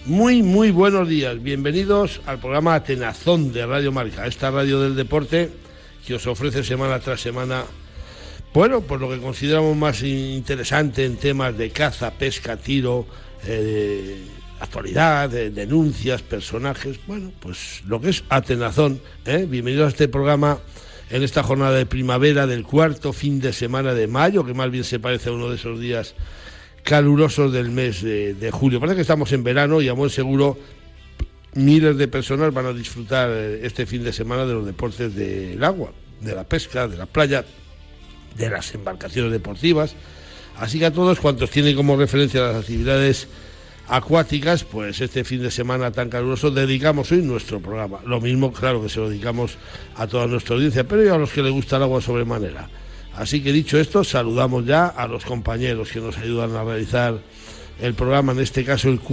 Muy buenos días, bienvenidos al programa Atenazón de Radio Marca, esta radio del deporte que os ofrece semana tras semana, bueno, pues lo que consideramos más interesante en temas de caza, pesca, tiro, actualidad, denuncias, personajes, bueno, pues lo que es Atenazón, Bienvenidos a este programa en esta jornada de primavera del cuarto fin de semana de mayo, que más bien se parece a uno de esos días calurosos del mes de julio. Parece que estamos en verano y a buen seguro miles de personas van a disfrutar este fin de semana de los deportes del agua, de la pesca, de la playa, de las embarcaciones deportivas. Así que a todos cuantos tienen como referencia las actividades acuáticas, pues este fin de semana tan caluroso dedicamos hoy nuestro programa. Lo mismo, claro, que se lo dedicamos a toda nuestra audiencia, pero y a los que les gusta el agua sobremanera. Así que dicho esto, saludamos ya a los compañeros que nos ayudan a realizar el programa, en este caso el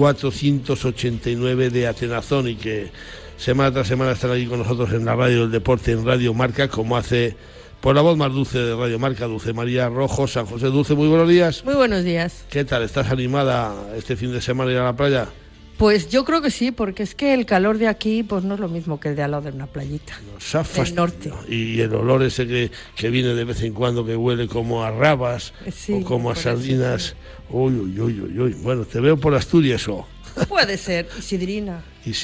489 de Atenazón, y que semana tras semana están aquí con nosotros en la radio del deporte, en Radio Marca, como hace por la voz más dulce de Radio Marca, Dulce María Rojo, San José. Dulce, muy buenos días. Muy buenos días. ¿Qué tal? ¿Estás animada este fin de semana a ir a la playa? Pues yo creo que sí, porque es que el calor de aquí pues no es lo mismo que el de al lado de una playita. Del norte. Y el olor ese que viene de vez en cuando, que huele como a rabas, sí, o como a sardinas. Uy. Bueno, te veo por Asturias o... Puede ser, Isidrina.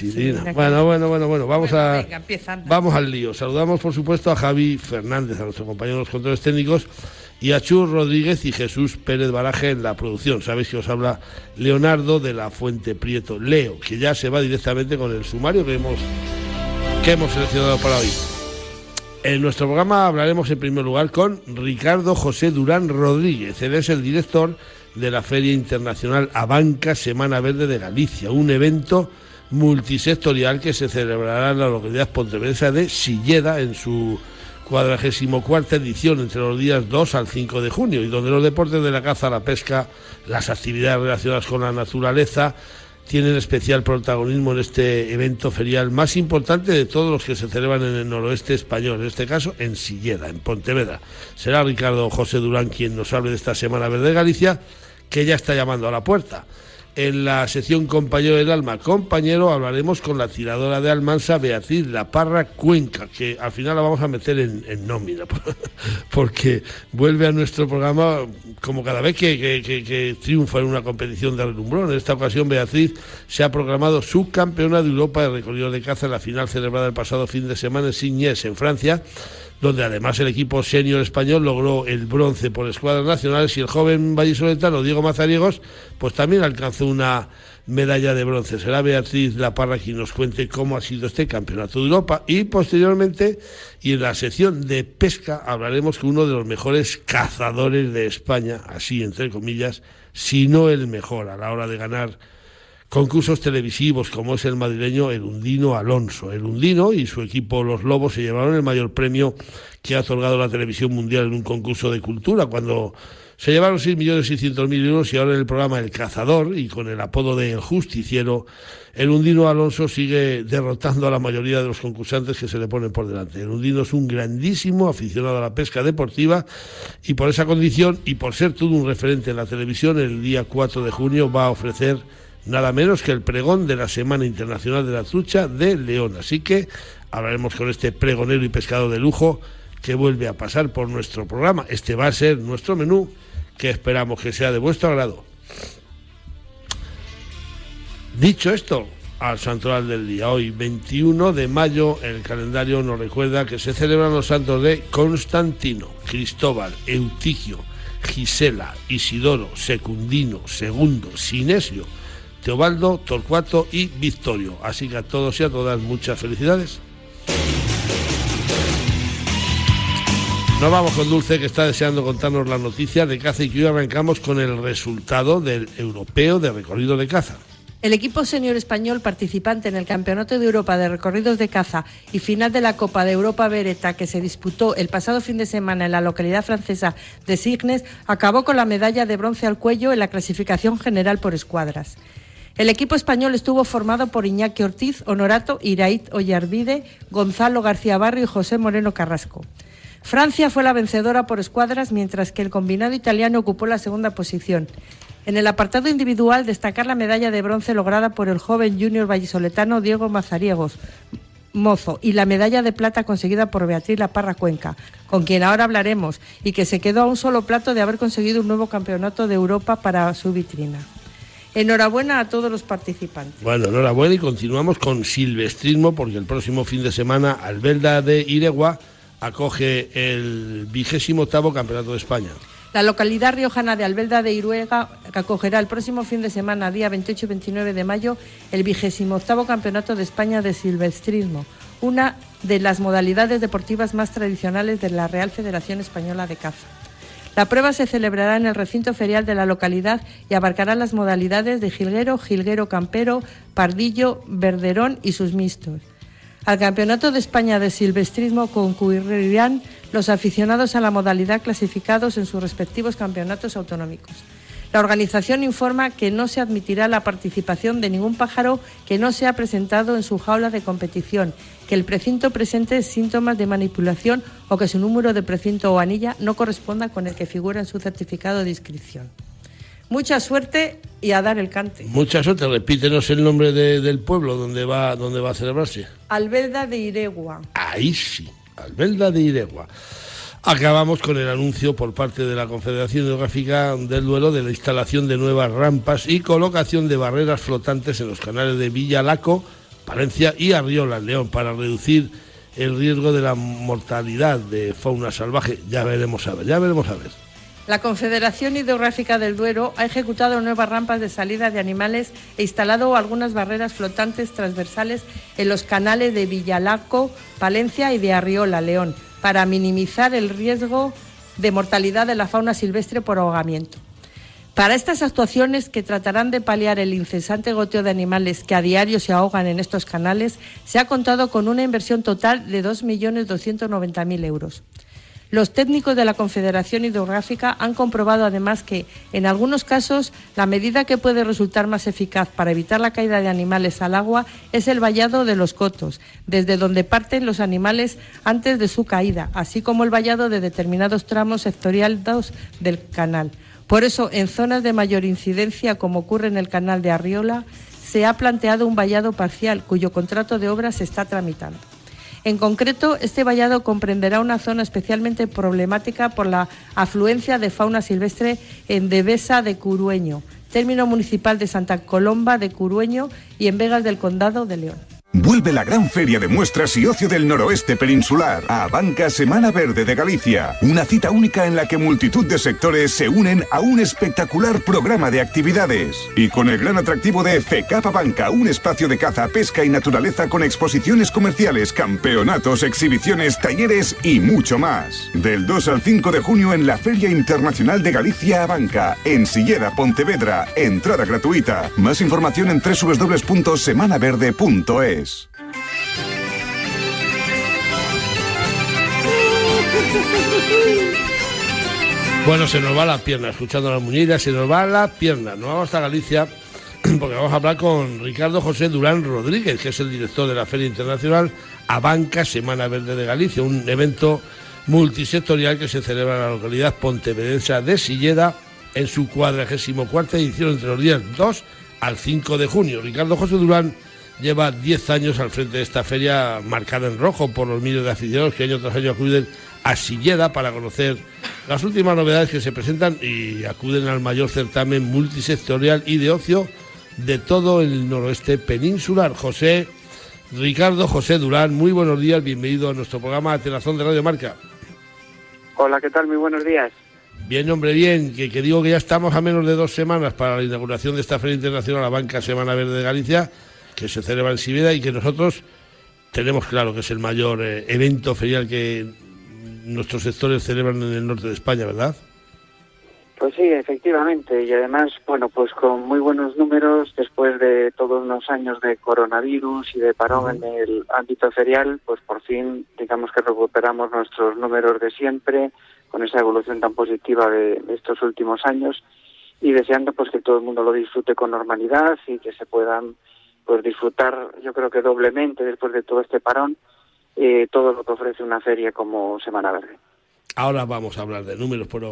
Bueno, venga, vamos al lío. Saludamos, por supuesto, a Javi Fernández, a nuestro compañero de los controles técnicos, y a Chus Rodríguez y Jesús Pérez Baraje en la producción. Sabéis que os habla Leonardo de la Fuente Prieto, Leo, que ya se va directamente con el sumario que hemos seleccionado para hoy. En nuestro programa hablaremos en primer lugar con Ricardo José Durán Rodríguez. Él es el director de la Feria Internacional Abanca Semana Verde de Galicia, un evento multisectorial que se celebrará en la localidad pontevedresa de Silleda en su 44ª edición entre los días 2 al 5 de junio, y donde los deportes de la caza, la pesca, las actividades relacionadas con la naturaleza tienen especial protagonismo en este evento ferial más importante de todos los que se celebran en el noroeste español, en este caso en Silleda, en Pontevedra. Será Ricardo José Durán quien nos hable de esta Semana Verde de Galicia, que ya está llamando a la puerta. En la sección Compañero del Alma, compañero, hablaremos con la tiradora de Almansa, Beatriz La Parra Cuenca, que al final la vamos a meter en nómina, porque vuelve a nuestro programa como cada vez que triunfa en una competición de relumbrón. En esta ocasión, Beatriz se ha proclamado subcampeona de Europa de recorrido de caza en la final celebrada el pasado fin de semana en Signes, en Francia, donde además el equipo senior español logró el bronce por escuadras nacionales, y el joven vallisoletano Diego Mazariegos pues también alcanzó una medalla de bronce. Será Beatriz La Parra quien nos cuente cómo ha sido este campeonato de Europa, y posteriormente, y en la sección de pesca, hablaremos con uno de los mejores cazadores de España, así entre comillas, si no el mejor a la hora de ganar concursos televisivos, como es el madrileño Erundino Alonso. Erundino y su equipo Los Lobos se llevaron el mayor premio que ha otorgado la televisión mundial en un concurso de cultura, cuando se llevaron 6.600.000 euros, y ahora en el programa El Cazador, y con el apodo de El Justiciero, Erundino Alonso sigue derrotando a la mayoría de los concursantes que se le ponen por delante. Erundino es un grandísimo aficionado a la pesca deportiva, y por esa condición, y por ser todo un referente en la televisión, el día 4 de junio va a ofrecer nada menos que el pregón de la Semana Internacional de la Trucha de León. Así que hablaremos con este pregonero y pescador de lujo que vuelve a pasar por nuestro programa. Este va a ser nuestro menú, que esperamos que sea de vuestro agrado. Dicho esto, al santoral del día. Hoy, 21 de mayo, el calendario nos recuerda que se celebran los santos de Constantino, Cristóbal, Eutigio, Gisela, Isidoro, Secundino, Segundo, Sinesio, Teobaldo, Torcuato y Victorio. Así que a todos y a todas, muchas felicidades. Nos vamos con Dulce, que está deseando contarnos las noticias de caza, y que hoy arrancamos con el resultado del europeo de recorrido de caza. El equipo senior español participante en el Campeonato de Europa de Recorridos de Caza y final de la Copa de Europa Beretta, que se disputó el pasado fin de semana en la localidad francesa de Signes, acabó con la medalla de bronce al cuello en la clasificación general por escuadras. El equipo español estuvo formado por Iñaki Ortiz, Honorato, Iraíz Ollarvide, Gonzalo García Barrio y José Moreno Carrasco. Francia fue la vencedora por escuadras, mientras que el combinado italiano ocupó la segunda posición. En el apartado individual, destacar la medalla de bronce lograda por el joven junior vallisoletano Diego Mazariegos Mozo y la medalla de plata conseguida por Beatriz La Parra Cuenca, con quien ahora hablaremos, y que se quedó a un solo plato de haber conseguido un nuevo campeonato de Europa para su vitrina. Enhorabuena a todos los participantes. Bueno, enhorabuena, y continuamos con silvestrismo, porque el próximo fin de semana Albelda de Iregua acoge el 28º Campeonato de España. La localidad riojana de Albelda de Iruega acogerá el próximo fin de semana, día 28 y 29 de mayo, el 28º Campeonato de España de Silvestrismo, una de las modalidades deportivas más tradicionales de la Real Federación Española de Caza. La prueba se celebrará en el recinto ferial de la localidad y abarcará las modalidades de jilguero, jilguero campero, pardillo, verderón y sus mixtos. Al Campeonato de España de Silvestrismo concurrirán los aficionados a la modalidad clasificados en sus respectivos campeonatos autonómicos. La organización informa que no se admitirá la participación de ningún pájaro que no sea presentado en su jaula de competición, que el precinto presente síntomas de manipulación o que su número de precinto o anilla no corresponda con el que figura en su certificado de inscripción. Mucha suerte y a dar el cante. Mucha suerte. Repítenos el nombre del pueblo donde va a celebrarse. Albelda de Iregua. Ahí sí, Albelda de Iregua. Acabamos con el anuncio por parte de la Confederación Hidrográfica del Duero de la instalación de nuevas rampas y colocación de barreras flotantes en los canales de Villalaco, Palencia y Arriola, en León, para reducir el riesgo de la mortalidad de fauna salvaje. Ya veremos a ver. La Confederación Hidrográfica del Duero ha ejecutado nuevas rampas de salida de animales e instalado algunas barreras flotantes transversales en los canales de Villalaco, Palencia y de Arriola, León, para minimizar el riesgo de mortalidad de la fauna silvestre por ahogamiento. Para estas actuaciones, que tratarán de paliar el incesante goteo de animales que a diario se ahogan en estos canales, se ha contado con una inversión total de 2.290.000 euros. Los técnicos de la Confederación Hidrográfica han comprobado además que, en algunos casos, la medida que puede resultar más eficaz para evitar la caída de animales al agua es el vallado de los cotos, desde donde parten los animales antes de su caída, así como el vallado de determinados tramos sectoriales del canal. Por eso, en zonas de mayor incidencia, como ocurre en el canal de Arriola, se ha planteado un vallado parcial, cuyo contrato de obra se está tramitando. En concreto, este vallado comprenderá una zona especialmente problemática por la afluencia de fauna silvestre en Devesa de Curueño, término municipal de Santa Colomba de Curueño y en Vegas del Condado de León. Vuelve la gran feria de muestras y ocio del noroeste peninsular, Abanca Semana Verde de Galicia. Una cita única en la que multitud de sectores se unen a un espectacular programa de actividades. Y con el gran atractivo de FECAP Abanca, un espacio de caza, pesca y naturaleza con exposiciones comerciales, campeonatos, exhibiciones, talleres y mucho más. Del 2 al 5 de junio en la Feria Internacional de Galicia Abanca, en Silleda, Pontevedra. Entrada gratuita. Más información en www.semanaverde.es. Bueno, se nos va la pierna, escuchando a las muñeiras, se nos va la pierna. Nos vamos hasta Galicia, porque vamos a hablar con Ricardo José Durán Rodríguez, que es el director de la Feria Internacional Abanca Semana Verde de Galicia, un evento multisectorial que se celebra en la localidad pontevedrense de Silleda en su 44ª edición entre los días 2 al 5 de junio. Ricardo José Durán lleva 10 años al frente de esta feria marcada en rojo por los miles de aficionados que año tras año acuden a Silleda para conocer las últimas novedades que se presentan y acuden al mayor certamen multisectorial y de ocio de todo el noroeste peninsular. Ricardo José Durán, muy buenos días, bienvenido a nuestro programa Atenazón de Radio Marca. Hola, ¿qué tal? Muy buenos días. Bien, hombre, bien, que digo que ya estamos a menos de 2 semanas para la inauguración de esta Feria Internacional Abanca Semana Verde de Galicia, que se celebra en Silleda y que nosotros tenemos claro que es el mayor evento ferial que nuestros sectores celebran en el norte de España, ¿verdad? Pues sí, efectivamente, y además, bueno, pues con muy buenos números, después de todos unos años de coronavirus y de parón en el ámbito ferial, pues por fin, digamos que recuperamos nuestros números de siempre, con esa evolución tan positiva de estos últimos años, y deseando pues que todo el mundo lo disfrute con normalidad y que se puedan pues disfrutar, yo creo que doblemente después de todo este parón, todo lo que ofrece una feria como Semana Verde. Ahora vamos a hablar de números, pero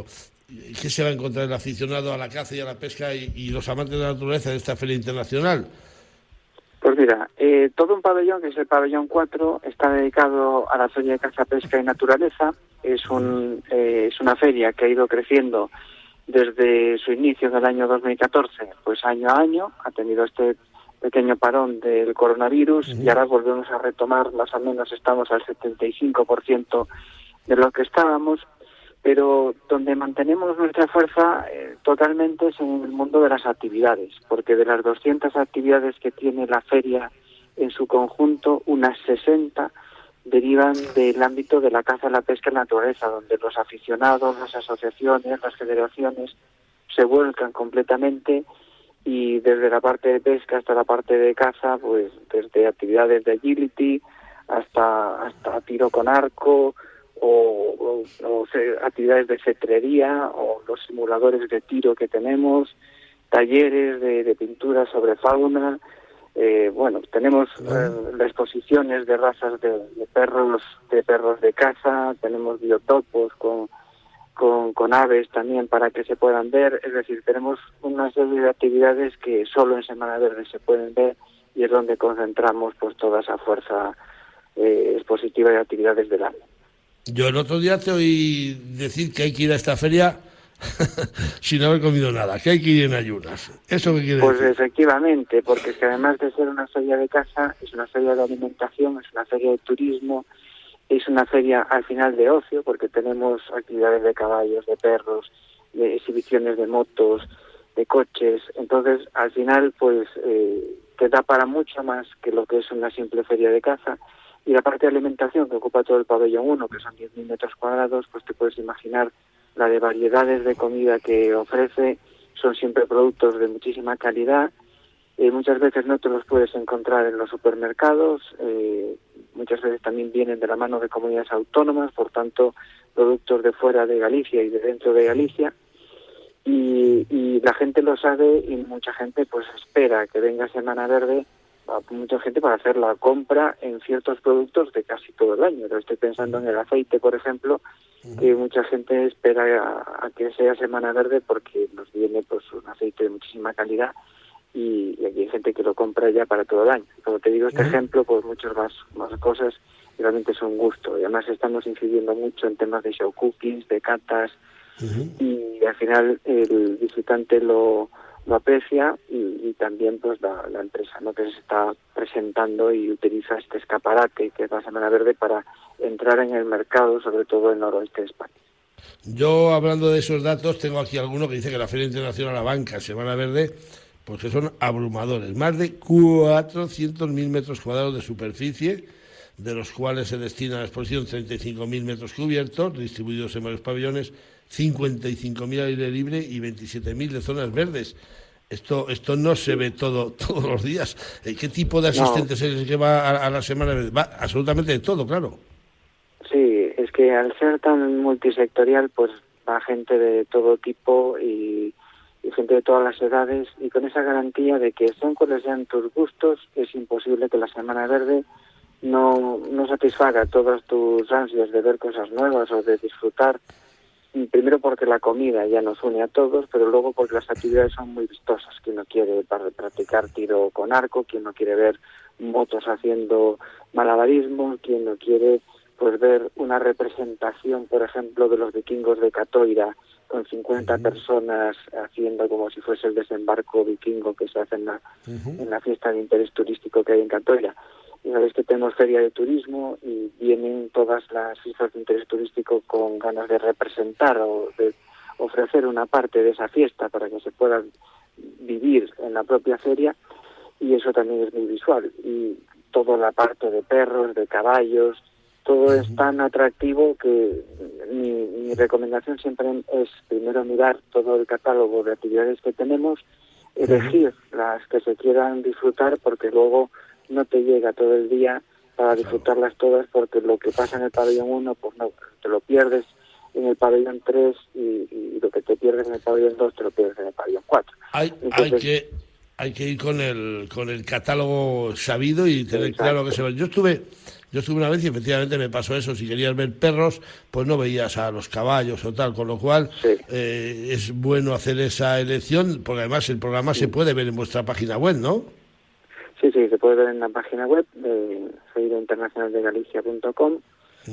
¿qué se va a encontrar el aficionado a la caza y a la pesca y los amantes de la naturaleza de esta feria internacional? Pues mira, todo un pabellón, que es el pabellón 4, está dedicado a la Feria de Caza, Pesca y Naturaleza. Es una feria que ha ido creciendo desde su inicio en el año 2014, pues año a año. Ha tenido este pequeño parón del coronavirus y ahora volvemos a retomar, más o menos estamos al 75% de lo que estábamos, pero donde mantenemos nuestra fuerza totalmente es en el mundo de las actividades, porque de las 200 actividades que tiene la feria en su conjunto, unas 60 derivan del ámbito de la caza, la pesca y la naturaleza, donde los aficionados, las asociaciones, las federaciones se vuelcan completamente, y desde la parte de pesca hasta la parte de caza, pues desde actividades de agility hasta tiro con arco, o actividades de cetrería, o los simuladores de tiro que tenemos, talleres de pintura sobre fauna. Tenemos las exposiciones de razas de perros de caza, tenemos biotopos con aves también para que se puedan ver. Es decir, tenemos una serie de actividades que solo en Semana Verde se pueden ver, y es donde concentramos pues toda esa fuerza expositiva y actividades del año. Yo el otro día te oí decir que hay que ir a esta feria sin haber comido nada, que hay que ir en ayunas. ¿Eso qué quiere decir? Pues efectivamente, porque es que además de ser una feria de caza, es una feria de alimentación, es una feria de turismo, es una feria al final de ocio, porque tenemos actividades de caballos, de perros, de exhibiciones de motos, de coches. Entonces, al final, pues te da para mucho más que lo que es una simple feria de caza. Y la parte de alimentación, que ocupa todo el pabellón 1, que son 10.000 metros cuadrados, pues te puedes imaginar la de variedades de comida que ofrece. Son siempre productos de muchísima calidad. Muchas veces no te los puedes encontrar en los supermercados. Muchas veces también vienen de la mano de comunidades autónomas, por tanto, productos de fuera de Galicia y de dentro de Galicia. Y la gente lo sabe, y mucha gente pues espera que venga Semana Verde, mucha gente para hacer la compra en ciertos productos de casi todo el año. Estoy pensando en el aceite, por ejemplo, que mucha gente espera a que sea Semana Verde porque nos viene pues un aceite de muchísima calidad, y aquí hay gente que lo compra ya para todo el año. Como te digo, este ejemplo, pues muchas más cosas, y realmente es un gusto. Y además estamos incidiendo mucho en temas de show cookings, de catas, y al final el visitante lo aprecia, y también pues la empresa, ¿no?, que se está presentando y utiliza este escaparate que es la Semana Verde para entrar en el mercado, sobre todo en el noroeste de España. Yo, hablando de esos datos, tengo aquí alguno que dice que la Feria Internacional La Banca, Semana Verde, pues que son abrumadores, más de 400.000 metros cuadrados de superficie, de los cuales se destina a la exposición 35.000 metros cubiertos, distribuidos en varios pabellones, 55.000 al aire libre y 27.000 de zonas verdes. Esto no se ve todos los días. ¿Qué tipo de asistentes es el que va a la Semana Verde? Va absolutamente de todo, claro. Sí, es que al ser tan multisectorial, pues va gente de todo tipo y gente de todas las edades, y con esa garantía de que sean cuales sean tus gustos, es imposible que la Semana Verde no satisfaga todas tus ansias de ver cosas nuevas o de disfrutar. Primero porque la comida ya nos une a todos, pero luego porque las actividades son muy vistosas. Quien no quiere practicar tiro con arco, quien no quiere ver motos haciendo malabarismo, quien no quiere pues ver una representación, por ejemplo, de los vikingos de Catoira, con 50 personas haciendo como si fuese el desembarco vikingo que se hace en la fiesta de interés turístico que hay en Catoira. Y sabéis que tenemos feria de turismo y vienen todas las fiestas de interés turístico con ganas de representar o de ofrecer una parte de esa fiesta para que se pueda vivir en la propia feria, y eso también es muy visual. Y toda la parte de perros, de caballos, todo es tan atractivo que mi recomendación siempre es primero mirar todo el catálogo de actividades que tenemos, elegir las que se quieran disfrutar, porque luego no te llega todo el día para disfrutarlas todas, porque lo que pasa en el pabellón 1, pues no, te lo pierdes en el pabellón 3 y lo que te pierdes en el pabellón 2 te lo pierdes en el pabellón 4. Entonces, hay que ir con el catálogo sabido y tener claro que se va. Yo estuve Yo estuve una vez y efectivamente me pasó eso. Si querías ver perros, pues no veías a los caballos o tal, con lo cual es bueno hacer esa elección, porque además el programa se puede ver en vuestra página web, ¿no? Sí, se puede ver en la página web de feidainternacionaldegalicia.com.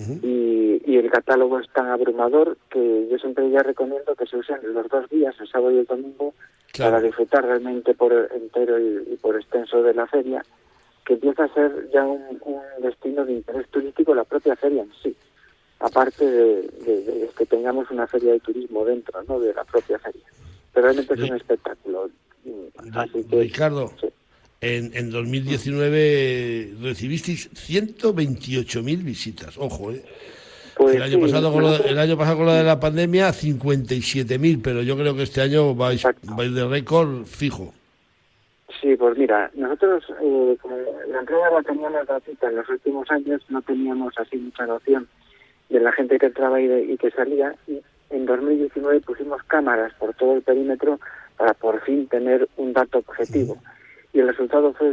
Y el catálogo es tan abrumador que yo siempre ya recomiendo que se usen los 2 días, el sábado y el domingo, para disfrutar realmente por entero y por extenso de la feria, que empieza a ser ya un destino de interés turístico la propia feria en sí, aparte de que tengamos una feria de turismo dentro, ¿no?, de la propia feria. Pero realmente es un espectáculo. Así que, Ricardo, en 2019 recibisteis 128.000 visitas, ojo, Pues el año pasado con lo de la pandemia 57.000, pero yo creo que este año vais de récord fijo. Sí, pues mira, nosotros como la entrada la teníamos gratuita en los últimos años, no teníamos así mucha noción de la gente que entraba y que salía, y en 2019 pusimos cámaras por todo el perímetro para por fin tener un dato objetivo. Y el resultado fue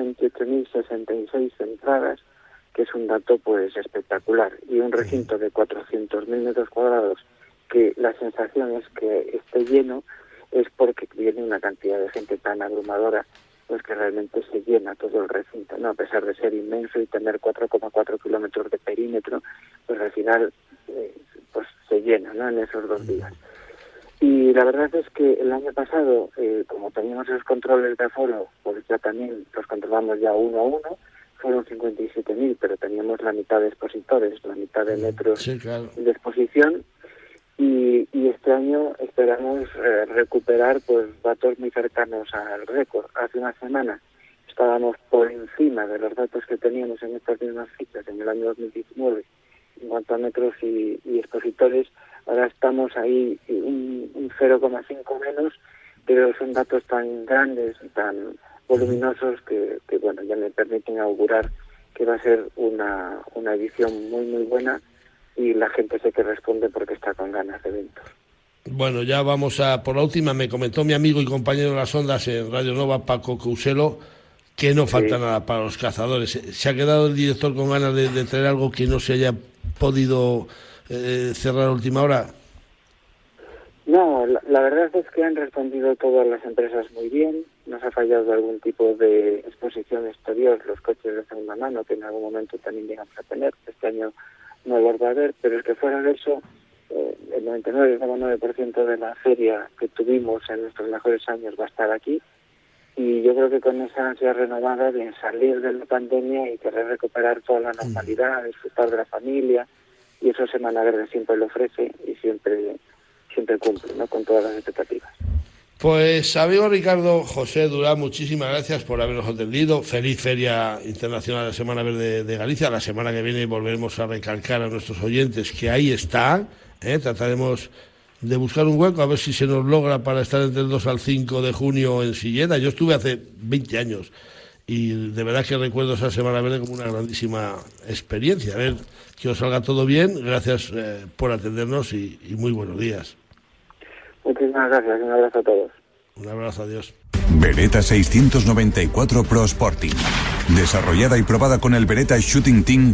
128.066 entradas, que es un dato pues espectacular, y un recinto de 400.000 metros cuadrados, que la sensación es que esté lleno, es porque viene una cantidad de gente tan abrumadora, pues que realmente se llena todo el recinto, ¿no? A pesar de ser inmenso y tener 4,4 kilómetros de perímetro, pues al final pues se llena, ¿no?, en esos 2 días. Y la verdad es que el año pasado, como teníamos esos controles de aforo, pues ya también los controlamos ya 1 a 1, fueron 57.000, pero teníamos la mitad de expositores, la mitad de metros de exposición, y este año esperamos recuperar pues datos muy cercanos al récord. Hace una semana estábamos por encima de los datos que teníamos en estas mismas fechas en el año 2019 en cuanto a metros y expositores. Ahora estamos ahí un 0,5 menos, pero son datos tan grandes y tan voluminosos que bueno, ya me permiten augurar que va a ser una edición muy muy buena, y la gente sé que responde porque está con ganas de eventos. Bueno, ya vamos a por la última. Me comentó mi amigo y compañero de las ondas en Radio Nova, Paco Couselo, que no falta nada para los cazadores. ¿Se ha quedado el director con ganas de traer algo que no se haya podido cerrar a última hora? No, la verdad es que han respondido todas las empresas muy bien. Nos ha fallado algún tipo de exposición exterior, los coches de segunda mano, que en algún momento también llegamos a tener. Este año no los va a haber, pero es que fuera de eso, el 99,9% de la feria que tuvimos en nuestros mejores años va a estar aquí, y yo creo que con esa ansia renovada de salir de la pandemia y querer recuperar toda la normalidad, disfrutar de la familia, y eso Semana Verde siempre lo ofrece y siempre cumple, ¿no?, con todas las expectativas. Pues amigo Ricardo José Durán, muchísimas gracias por habernos atendido. Feliz Feria Internacional de Semana Verde de Galicia. La semana que viene volveremos a recalcar a nuestros oyentes que ahí está. Trataremos de buscar un hueco a ver si se nos logra para estar entre el 2 al 5 de junio en Silleda. Yo estuve hace 20 años y de verdad que recuerdo esa Semana Verde como una grandísima experiencia. A ver que os salga todo bien. Gracias por atendernos y muy buenos días. Muchísimas gracias, un abrazo a todos. Un abrazo, adiós. Beretta 694 Pro Sporting. Desarrollada y probada con el Beretta Shooting Team,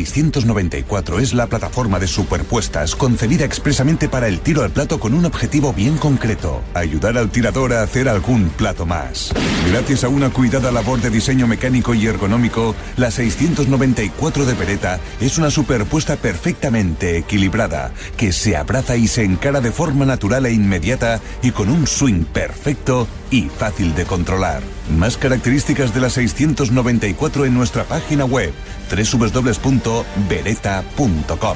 694 es la plataforma de superpuestas concebida expresamente para el tiro al plato con un objetivo bien concreto: ayudar al tirador a hacer algún plato más. Gracias a una cuidada labor de diseño mecánico y ergonómico, la 694 de Beretta es una superpuesta perfectamente equilibrada, que se abraza y se encara de forma natural e inmediata y con un swing perfecto y fácil de controlar. Más características de la 694 en nuestra página web www.beretta.com.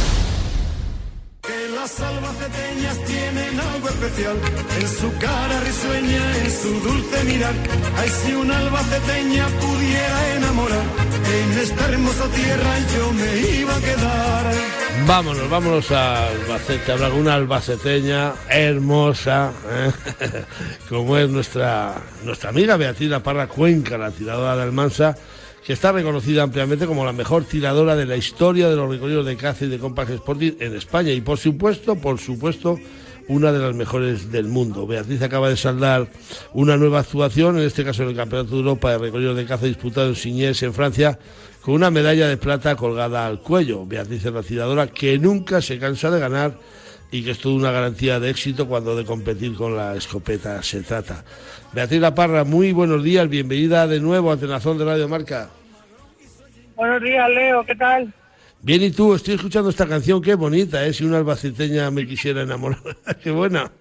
Que las albaceteñas tienen algo especial, en su cara risueña, en su dulce mirar. Ay, si una albaceteña pudiera enamorar, en esta hermosa tierra yo me iba a quedar. Vámonos a Albacete, a hablar con una albaceteña hermosa, como es nuestra amiga Beatriz La Parra Cuenca, la tiradora de Almansa, que está reconocida ampliamente como la mejor tiradora de la historia de los recorridos de caza y de Compact Sporting en España. Y por supuesto, una de las mejores del mundo. Beatriz acaba de saldar una nueva actuación, en este caso en el Campeonato de Europa de recorridos de caza disputado en Signes, en Francia, con una medalla de plata colgada al cuello. Beatriz es la tiradora que nunca se cansa de ganar y que es toda una garantía de éxito cuando de competir con la escopeta se trata. Beatriz La Parra, muy buenos días, bienvenida de nuevo a Tenazón de Radio Marca. Buenos días, Leo, ¿qué tal? Bien, ¿y tú? Estoy escuchando esta canción, qué bonita, ¿eh? Si una albaciteña me quisiera enamorar, qué buena.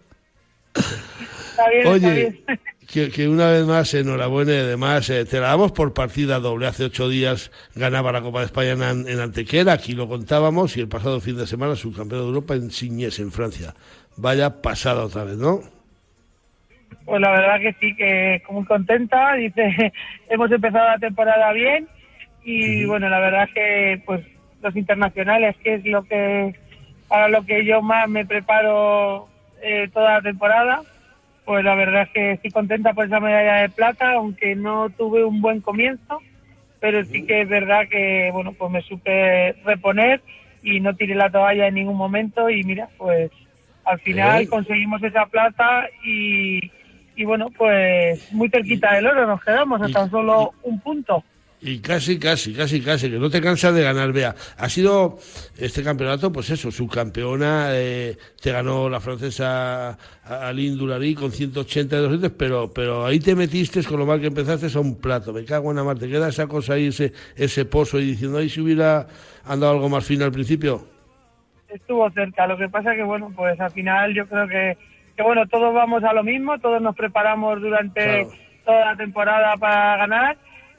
Está bien, oye, está bien. Que una vez más, enhorabuena, y además te la damos por partida doble. Hace 8 días ganaba la Copa de España en Antequera, aquí lo contábamos, y el pasado fin de semana subcampeón de Europa en Signes, en Francia. Vaya pasada otra vez, ¿no? Pues la verdad que sí, que muy contenta. Dice, hemos empezado la temporada bien y bueno, la verdad que pues los internacionales, que es para lo que yo más me preparo toda la temporada, pues la verdad es que estoy contenta por esa medalla de plata, aunque no tuve un buen comienzo, pero sí que es verdad que bueno, pues me supe reponer y no tiré la toalla en ningún momento y mira, pues al final conseguimos esa plata y bueno, pues muy cerquita del oro nos quedamos, a tan solo un punto. Y casi, que no te cansas de ganar, Bea. Ha sido este campeonato, pues eso, subcampeona, te ganó la francesa Aline Dulary con 180 de 200, pero ahí te metiste con lo mal que empezaste a un plato. Me cago en la mar, te queda esa cosa ahí, ese pozo, y diciendo, ahí si hubiera andado algo más fino al principio. Estuvo cerca, lo que pasa que bueno, pues al final yo creo que bueno, todos vamos a lo mismo, todos nos preparamos durante toda la temporada para ganar.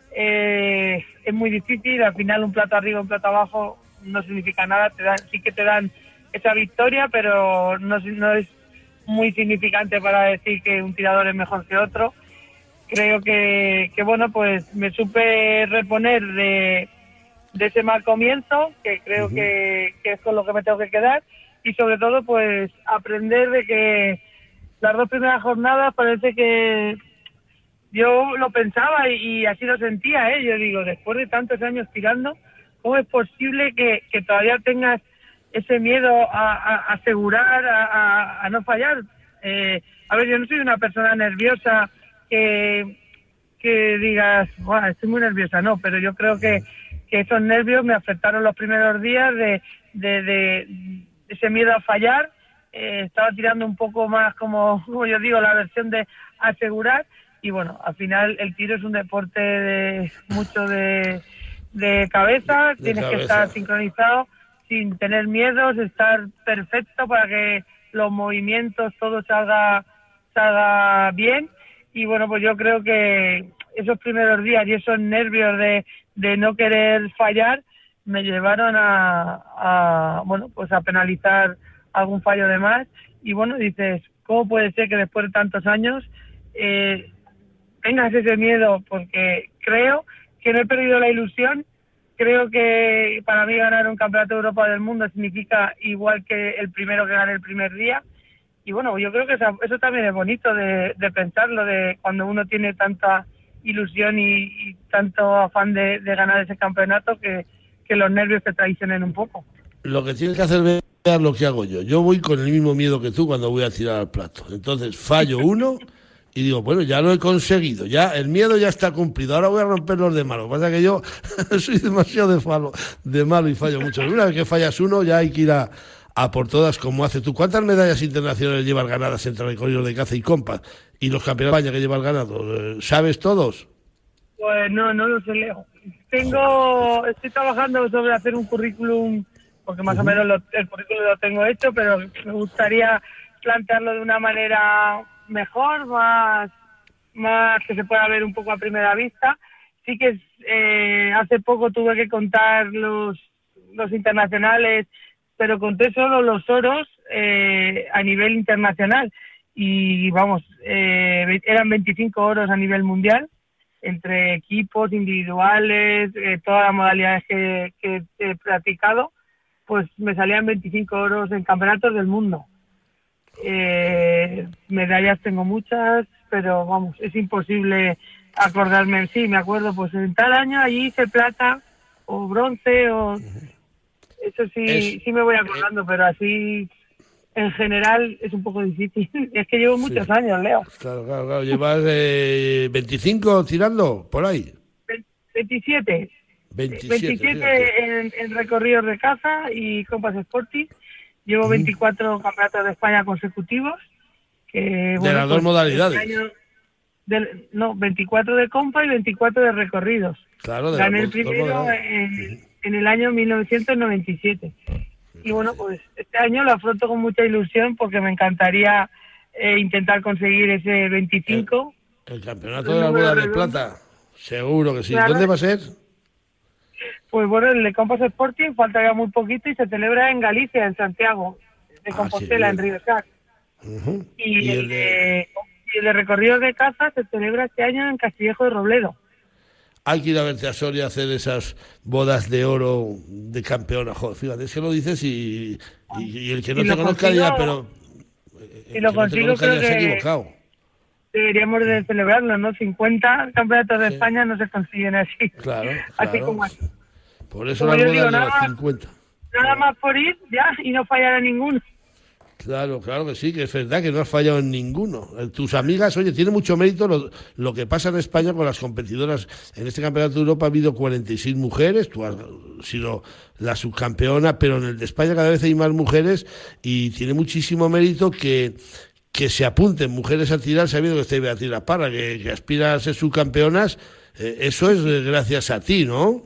Es muy difícil, al final un plato arriba, un plato abajo no significa nada, sí que te dan esa victoria, pero no es muy significante para decir que un tirador es mejor que otro. Creo que bueno, pues me supe reponer de ese mal comienzo, que creo que es con lo que me tengo que quedar, y sobre todo pues aprender de que las 2 primeras jornadas parece que yo lo pensaba y así lo sentía, yo digo, después de tantos años tirando, ¿cómo es posible que todavía tengas ese miedo a asegurar, a no fallar? A ver, yo no soy una persona nerviosa que digas, bueno, estoy muy nerviosa, no, pero yo creo que esos nervios me afectaron los primeros días de ese miedo a fallar. Estaba tirando un poco más, como yo digo, la versión de asegurar. Y bueno, al final el tiro es un deporte mucho de cabeza, tienes que estar sincronizado, sin tener miedos, estar perfecto para que los movimientos, todo salga bien. Y bueno, pues yo creo que esos primeros días y esos nervios de no querer fallar me llevaron bueno, pues a penalizar algún fallo de más. Y bueno, dices, ¿cómo puede ser que después de tantos años tengas ese miedo? Porque creo que no he perdido la ilusión. Creo que para mí ganar un campeonato de Europa del mundo significa igual que el primero que gane el primer día. Y bueno, yo creo que eso también es bonito de pensarlo, de cuando uno tiene tanta ilusión y tanto afán de ganar ese campeonato, que los nervios te traicionen un poco. Lo que tienes que hacer es lo que hago yo. Yo voy con el mismo miedo que tú cuando voy a tirar al plato. Entonces fallo uno y digo, bueno, ya lo he conseguido, ya el miedo ya está cumplido, ahora voy a romper los de malo. Lo que pasa es que yo soy demasiado de malo y fallo mucho. Una vez que fallas uno, ya hay que ir a por todas, como haces tú. ¿Cuántas medallas internacionales llevas ganadas entre recorridos de caza y compas? Y los campeonatos de España que llevas ganados, ¿sabes todos? Pues no lo sé, Leo. Estoy trabajando sobre hacer un currículum, porque más o menos el currículum lo tengo hecho, pero me gustaría plantearlo de una manera mejor, más que se pueda ver un poco a primera vista. Sí que hace poco tuve que contar los internacionales, pero conté solo los oros a nivel internacional. Y vamos, eran 25 oros a nivel mundial, entre equipos, individuales, todas las modalidades que he practicado, pues me salían 25 oros en campeonatos del mundo. Medallas tengo muchas, pero vamos, es imposible acordarme. Sí, me acuerdo, pues en tal año allí hice plata o bronce, o eso sí me voy acordando, pero así en general es un poco difícil. Es que llevo muchos años, Leo. Claro. Llevas 25 tirando, por ahí. 27. 27 en recorridos de caza y Compass Sporting. Llevo 24 campeonatos de España consecutivos. Que, de las dos modalidades. 24 de compa y 24 de recorridos. Claro, gané el primero en el año 1997. Y bueno, pues este año lo afronto con mucha ilusión porque me encantaría intentar conseguir ese 25. El campeonato de la boda de plata, seguro que sí. Claro. ¿Dónde va a ser? Pues bueno, el de Compass Sporting falta ya muy poquito y se celebra en Galicia, en Santiago de Compostela, en Riosac. Y el de recorridos de caza se celebra este año en Castillejo de Robledo. Hay que ir a verte a Soria a hacer esas bodas de oro de campeona. Joder, fíjate, es que lo dices y el que no te conozca dirá, pero... Si lo consigo, creo que equivocado. Deberíamos de celebrarlo, ¿no? 50 campeonatos de España no se consiguen así. Claro. Así como así. Por eso las bodas de los 50. Nada más por ir, ya, y no fallar a ninguno. Claro que sí, que es verdad que no has fallado en ninguno. Tus amigas, oye, tiene mucho mérito lo que pasa en España con las competidoras. En este Campeonato de Europa ha habido 46 mujeres, tú has sido la subcampeona, pero en el de España cada vez hay más mujeres y tiene muchísimo mérito que se apunten mujeres a tirar, sabiendo que está Beatriz La Parra, que aspira a ser subcampeonas. Eso es gracias a ti, ¿no?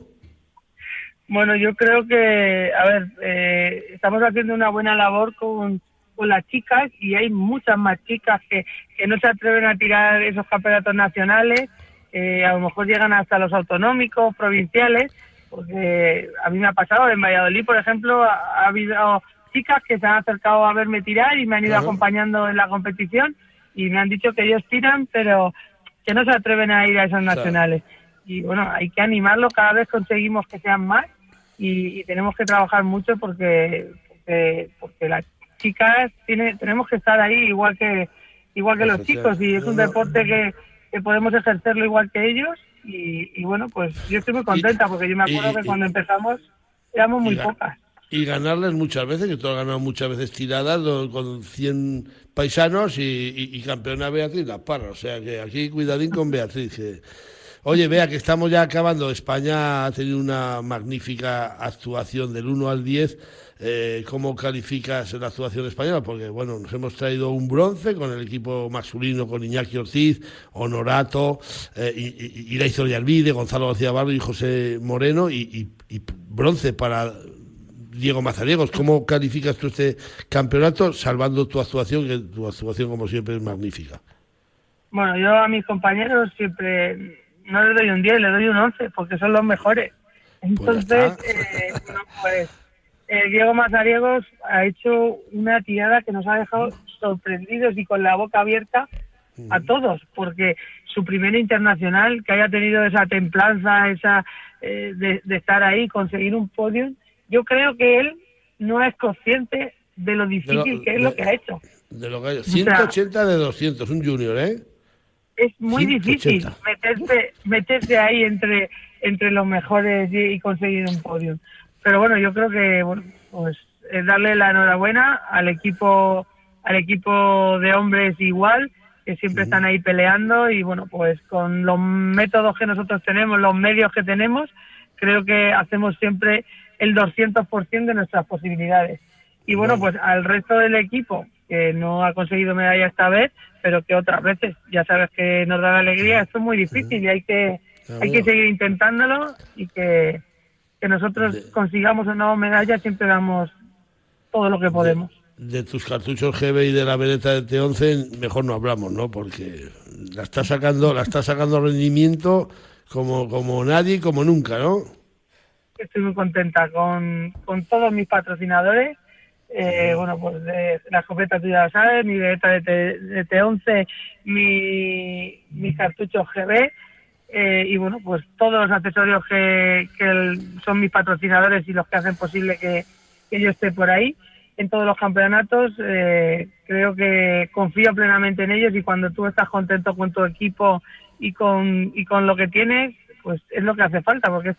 Bueno, yo creo que, a ver, estamos haciendo una buena labor con las chicas y hay muchas más chicas que no se atreven a tirar esos campeonatos nacionales, a lo mejor llegan hasta los autonómicos, provinciales, porque a mí me ha pasado en Valladolid, por ejemplo, ha habido chicas que se han acercado a verme tirar y me han ido acompañando en la competición y me han dicho que ellos tiran, pero que no se atreven a ir a esos nacionales. Y bueno, hay que animarlo, cada vez conseguimos que sean más y tenemos que trabajar mucho porque las chicas tenemos que estar ahí igual que los chicos y es un deporte que podemos ejercerlo igual que ellos y bueno, pues yo estoy muy contenta porque yo me acuerdo que cuando empezamos éramos muy pocas. Y ganarles muchas veces, que tú has ganado muchas veces tiradas con 100 paisanos y campeona Beatriz La Parra, o sea que aquí cuidadín con Beatriz. Oye, Bea, que estamos ya acabando. España ha tenido una magnífica actuación del 1 al 10. ¿Cómo calificas la actuación española? Porque, bueno, nos hemos traído un bronce con el equipo masculino, con Iñaki Ortiz, Honorato, Iraizo Alvide, Gonzalo García Barro y José Moreno, y bronce para Diego Mazariegos. ¿Cómo calificas tú este campeonato, salvando tu actuación, que tu actuación, como siempre, es magnífica? Bueno, yo a mis compañeros siempre no les doy un 10, les doy un 11, porque son los mejores. Entonces, Diego Mazariegos ha hecho una tirada que nos ha dejado sorprendidos y con la boca abierta a todos, porque su primer internacional, que haya tenido esa templanza, esa de estar ahí, conseguir un podio, yo creo que él no es consciente de lo difícil que es lo que ha hecho. De lo que ha hecho. 180 de 200, un junior, ¿eh? Es muy 180. Difícil meterse ahí entre los mejores y conseguir un podio. Pero bueno, yo creo que pues es darle la enhorabuena al equipo de hombres igual, que siempre están ahí peleando y bueno, pues con los métodos que nosotros tenemos, los medios que tenemos, creo que hacemos siempre el 200% de nuestras posibilidades. Y bueno, pues al resto del equipo, que no ha conseguido medalla esta vez, pero que otras veces, ya sabes que nos da la alegría, esto es muy difícil y hay que seguir intentándolo y que nosotros consigamos o no medalla, siempre damos todo lo que podemos. De tus cartuchos GB y de la veleta de T11 mejor no hablamos, ¿no? Porque la está sacando rendimiento como nadie, como nunca, ¿no? Estoy muy contenta con todos mis patrocinadores. Bueno, pues de la escopeta, tú ya lo sabes, mi veleta de T11, mis cartuchos GB, y bueno, pues todos los accesorios que son mis patrocinadores y los que hacen posible que yo esté por ahí en todos los campeonatos. Creo que confío plenamente en ellos y cuando tú estás contento con tu equipo y con lo que tienes, pues es lo que hace falta, porque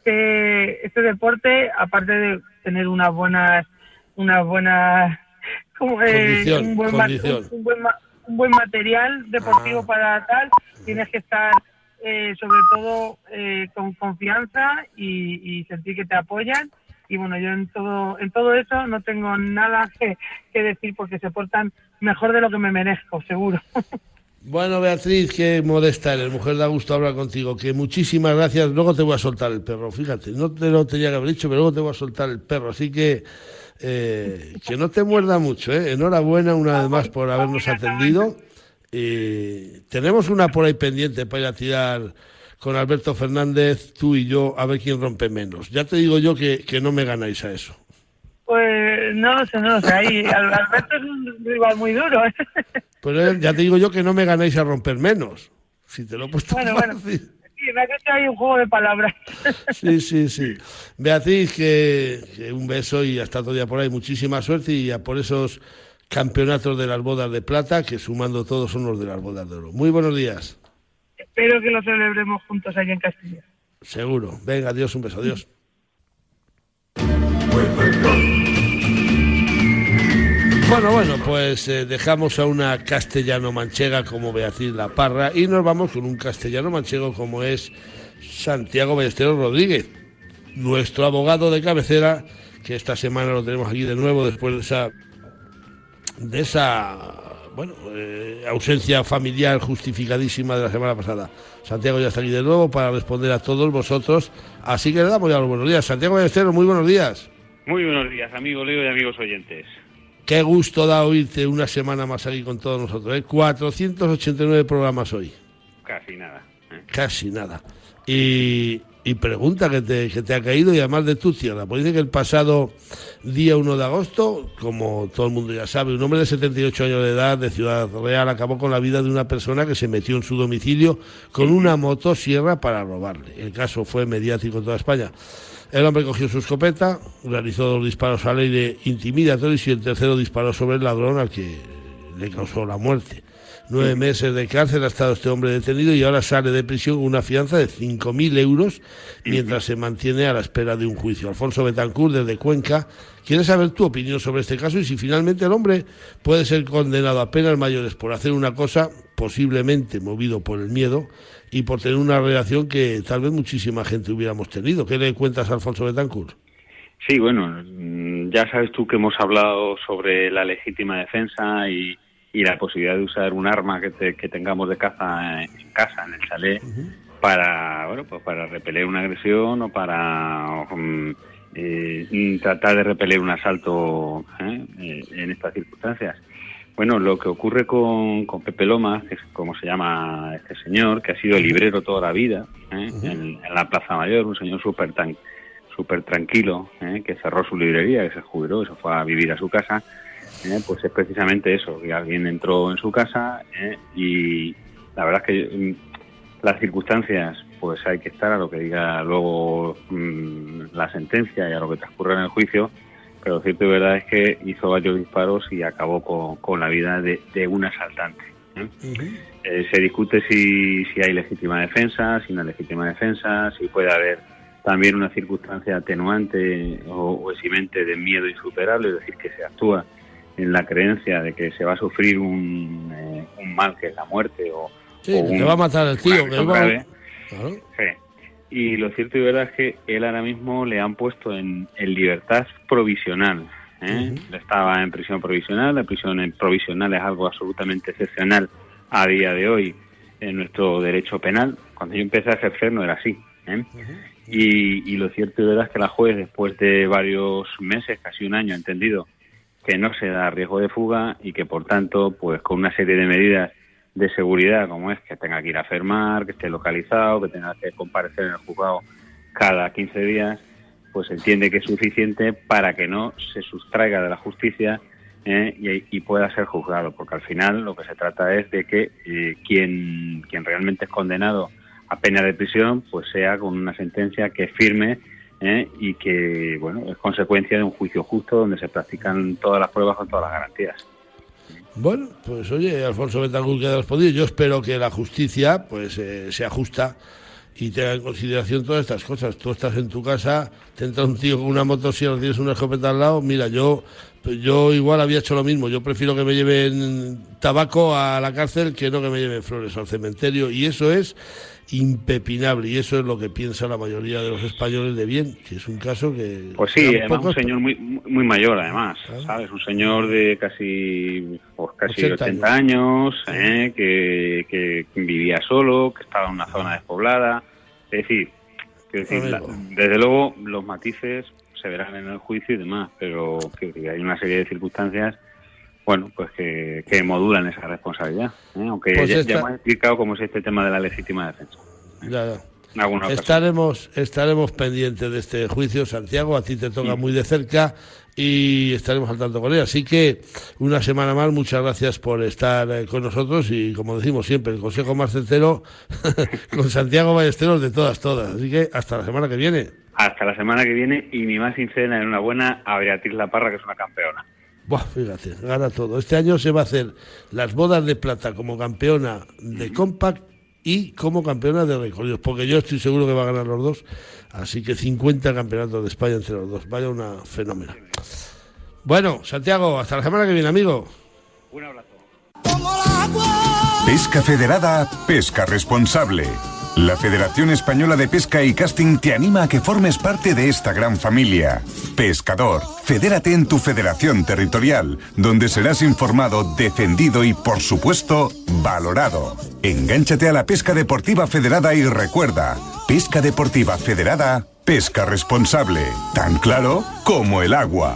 este deporte, aparte de tener unas buenas como, condición. un buen material deportivo para tal. Tienes que estar sobre todo con confianza y sentir que te apoyan. Y bueno, yo en todo eso no tengo nada que decir, porque se portan mejor de lo que me merezco, seguro. Bueno, Beatriz, qué modesta eres, mujer, da gusto hablar contigo, que muchísimas gracias. Luego te voy a soltar el perro, fíjate, no te lo tenía que haber dicho, pero luego te voy a soltar el perro, así que no te muerda mucho, ¿eh? Enhorabuena una vez más por habernos atendido. Tenemos una por ahí pendiente para ir a tirar con Alberto Fernández, tú y yo, a ver quién rompe menos. Ya te digo yo que no me ganáis a eso. Pues no lo sé, ahí Alberto es un rival muy duro. Pues ya te digo yo que no me ganáis a romper menos, si te lo he puesto bueno, fácil. Sí, me ha hecho ahí un juego de palabras. Sí. Beatriz, que un beso y hasta otro día por ahí. Muchísima suerte y a por esos campeonatos de las bodas de plata, que sumando todos son los de las bodas de oro. Muy buenos días. Espero que lo celebremos juntos allá en Castilla. Seguro. Venga, adiós, un beso, adiós. Bueno, pues dejamos a una castellano-manchega como Beatriz La Parra y nos vamos con un castellano-manchego como es Santiago Ballesteros Rodríguez, nuestro abogado de cabecera, que esta semana lo tenemos aquí de nuevo después de esa ausencia familiar justificadísima de la semana pasada. Santiago ya está aquí de nuevo para responder a todos vosotros, así que le damos ya los buenos días. Santiago Ballesteros, muy buenos días. Muy buenos días, amigo Leo y amigos oyentes. Qué gusto da oírte una semana más aquí con todos nosotros, ¿eh? 489 programas hoy. Casi nada. Casi nada. Y pregunta que te ha caído, y además de tu tierra. Pues dice que el pasado día 1 de agosto, como todo el mundo ya sabe, un hombre de 78 años de edad de Ciudad Real acabó con la vida de una persona que se metió en su domicilio con una motosierra para robarle. El caso fue mediático en toda España. El hombre cogió su escopeta, realizó 2 disparos al aire intimidatorios y el tercero disparó sobre el ladrón, al que le causó la muerte. 9 meses de cárcel ha estado este hombre detenido y ahora sale de prisión con una fianza de 5.000 euros mientras se mantiene a la espera de un juicio. Alfonso Betancourt, desde Cuenca, quiere saber tu opinión sobre este caso y si finalmente el hombre puede ser condenado a penas mayores por hacer una cosa, posiblemente movido por el miedo, y por tener una relación que tal vez muchísima gente hubiéramos tenido. ¿Qué le cuentas a Alfonso Betancourt? Sí, bueno, ya sabes tú que hemos hablado sobre la legítima defensa y la posibilidad de usar un arma que tengamos de caza en casa, en el chalet, para repeler una agresión o para tratar de repeler un asalto en estas circunstancias. Bueno, lo que ocurre con Pepe Lomas, que es como se llama este señor, que ha sido librero toda la vida en la Plaza Mayor, un señor súper tranquilo, que cerró su librería, que se jubiló, se fue a vivir a su casa, pues es precisamente eso, que alguien entró en su casa y la verdad es que las circunstancias, pues hay que estar a lo que diga luego la sentencia y a lo que transcurra en el juicio. Pero lo cierto y verdad es que hizo varios disparos y acabó con la vida de un asaltante. Se discute si hay legítima defensa, si no hay legítima defensa, si puede haber también una circunstancia atenuante o eximente de miedo insuperable, es decir, que se actúa en la creencia de que se va a sufrir un mal que es la muerte que va a matar al tío. Claro. Sí. Y lo cierto y verdad es que él ahora mismo le han puesto en libertad provisional. Estaba en prisión provisional. La prisión provisional es algo absolutamente excepcional a día de hoy en nuestro derecho penal. Cuando yo empecé a ejercer no era así. Y lo cierto y verdad es que la juez, después de varios meses, casi un año, ha entendido que no se da riesgo de fuga y que, por tanto, pues con una serie de medidas de seguridad, como es que tenga que ir a firmar, que esté localizado, que tenga que comparecer en el juzgado cada 15 días, pues entiende que es suficiente para que no se sustraiga de la justicia y pueda ser juzgado, porque al final lo que se trata es de que quien realmente es condenado a pena de prisión, pues sea con una sentencia que es firme y que, bueno, es consecuencia de un juicio justo donde se practican todas las pruebas con todas las garantías. Bueno, pues oye, Alfonso Betancourt, que ha respondido. Yo espero que la justicia pues se ajusta y tenga en consideración todas estas cosas. Tú estás en tu casa, te entra un tío con una motosierra, tienes una escopeta al lado, mira, yo igual había hecho lo mismo, yo prefiero que me lleven tabaco a la cárcel que no que me lleven flores al cementerio, y eso es impepinable, y eso es lo que piensa la mayoría de los españoles de bien, que es un caso que... Pues sí, además un señor muy mayor, además, ¿sabes? Un señor de casi 80 años, que vivía solo, que estaba en una zona despoblada, es decir, desde luego los matices se verán en el juicio y demás, pero que hay una serie de circunstancias, bueno, pues que modulan esa responsabilidad, aunque pues ya hemos explicado cómo es este tema de la legítima defensa. Estaremos pendientes de este juicio, Santiago, a ti te toca muy de cerca y estaremos al tanto con él, así que una semana más, muchas gracias por estar con nosotros y, como decimos siempre, el consejo más certero con Santiago Ballesteros de todas, así que hasta la semana que viene. Hasta la semana que viene, y mi más sincera enhorabuena a Beatriz La Parra, que es una campeona. Buah, fíjate, gana todo. Este año se va a hacer las bodas de plata como campeona de compact y como campeona de recorridos, porque yo estoy seguro que va a ganar los dos, así que 50 campeonatos de España entre los dos, vaya una fenómena. Bueno, Santiago, hasta la semana que viene, amigo. Un abrazo. Pesca Federada, pesca responsable. La Federación Española de Pesca y Casting te anima a que formes parte de esta gran familia. Pescador, fedérate en tu federación territorial, donde serás informado, defendido y, por supuesto, valorado. Engánchate a la pesca deportiva federada y recuerda, pesca deportiva federada, pesca responsable. Tan claro como el agua.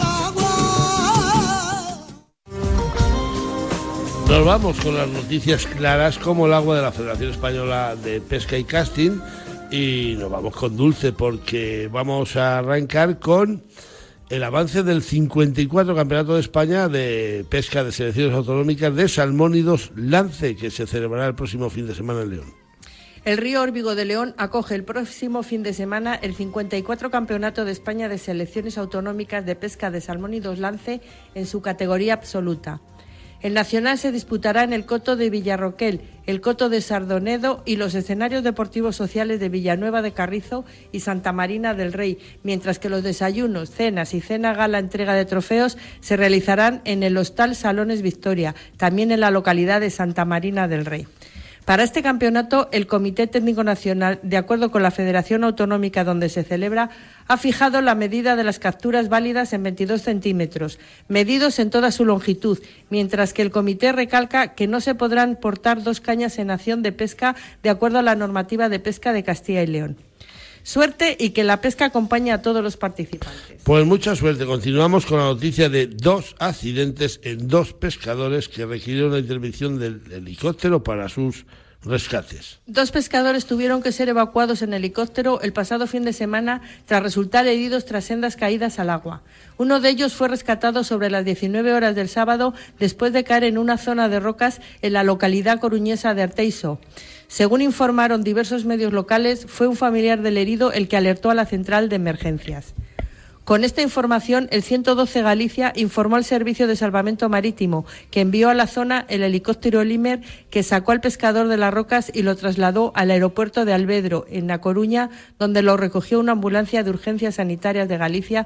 Nos vamos con las noticias claras como el agua de la Federación Española de Pesca y Casting, y nos vamos con Dulce porque vamos a arrancar con el avance del 54 Campeonato de España de Pesca de Selecciones Autonómicas de Salmónidos Lance, que se celebrará el próximo fin de semana en León. El Río Órbigo de León acoge el próximo fin de semana el 54 Campeonato de España de Selecciones Autonómicas de Pesca de Salmónidos Lance en su categoría absoluta. El nacional se disputará en el Coto de Villarroquel, el Coto de Sardonedo y los escenarios deportivos sociales de Villanueva de Carrizo y Santa Marina del Rey, mientras que los desayunos, cenas y cena gala entrega de trofeos se realizarán en el Hostal Salones Victoria, también en la localidad de Santa Marina del Rey. Para este campeonato, el Comité Técnico Nacional, de acuerdo con la Federación Autonómica donde se celebra, ha fijado la medida de las capturas válidas en 22 centímetros, medidos en toda su longitud, mientras que el comité recalca que no se podrán portar 2 cañas en acción de pesca de acuerdo a la normativa de pesca de Castilla y León. Suerte y que la pesca acompañe a todos los participantes. Pues mucha suerte. Continuamos con la noticia de 2 accidentes en 2 pescadores que requirieron la intervención del helicóptero para sus rescates. 2 pescadores tuvieron que ser evacuados en helicóptero el pasado fin de semana tras resultar heridos tras sendas caídas al agua. Uno de ellos fue rescatado sobre las 19 horas del sábado después de caer en una zona de rocas en la localidad coruñesa de Arteiso. Según informaron diversos medios locales, fue un familiar del herido el que alertó a la central de emergencias. Con esta información, el 112 Galicia informó al Servicio de Salvamento Marítimo, que envió a la zona el helicóptero Limer, que sacó al pescador de las rocas y lo trasladó al aeropuerto de Alvedro, en A Coruña, donde lo recogió una ambulancia de urgencias sanitarias de Galicia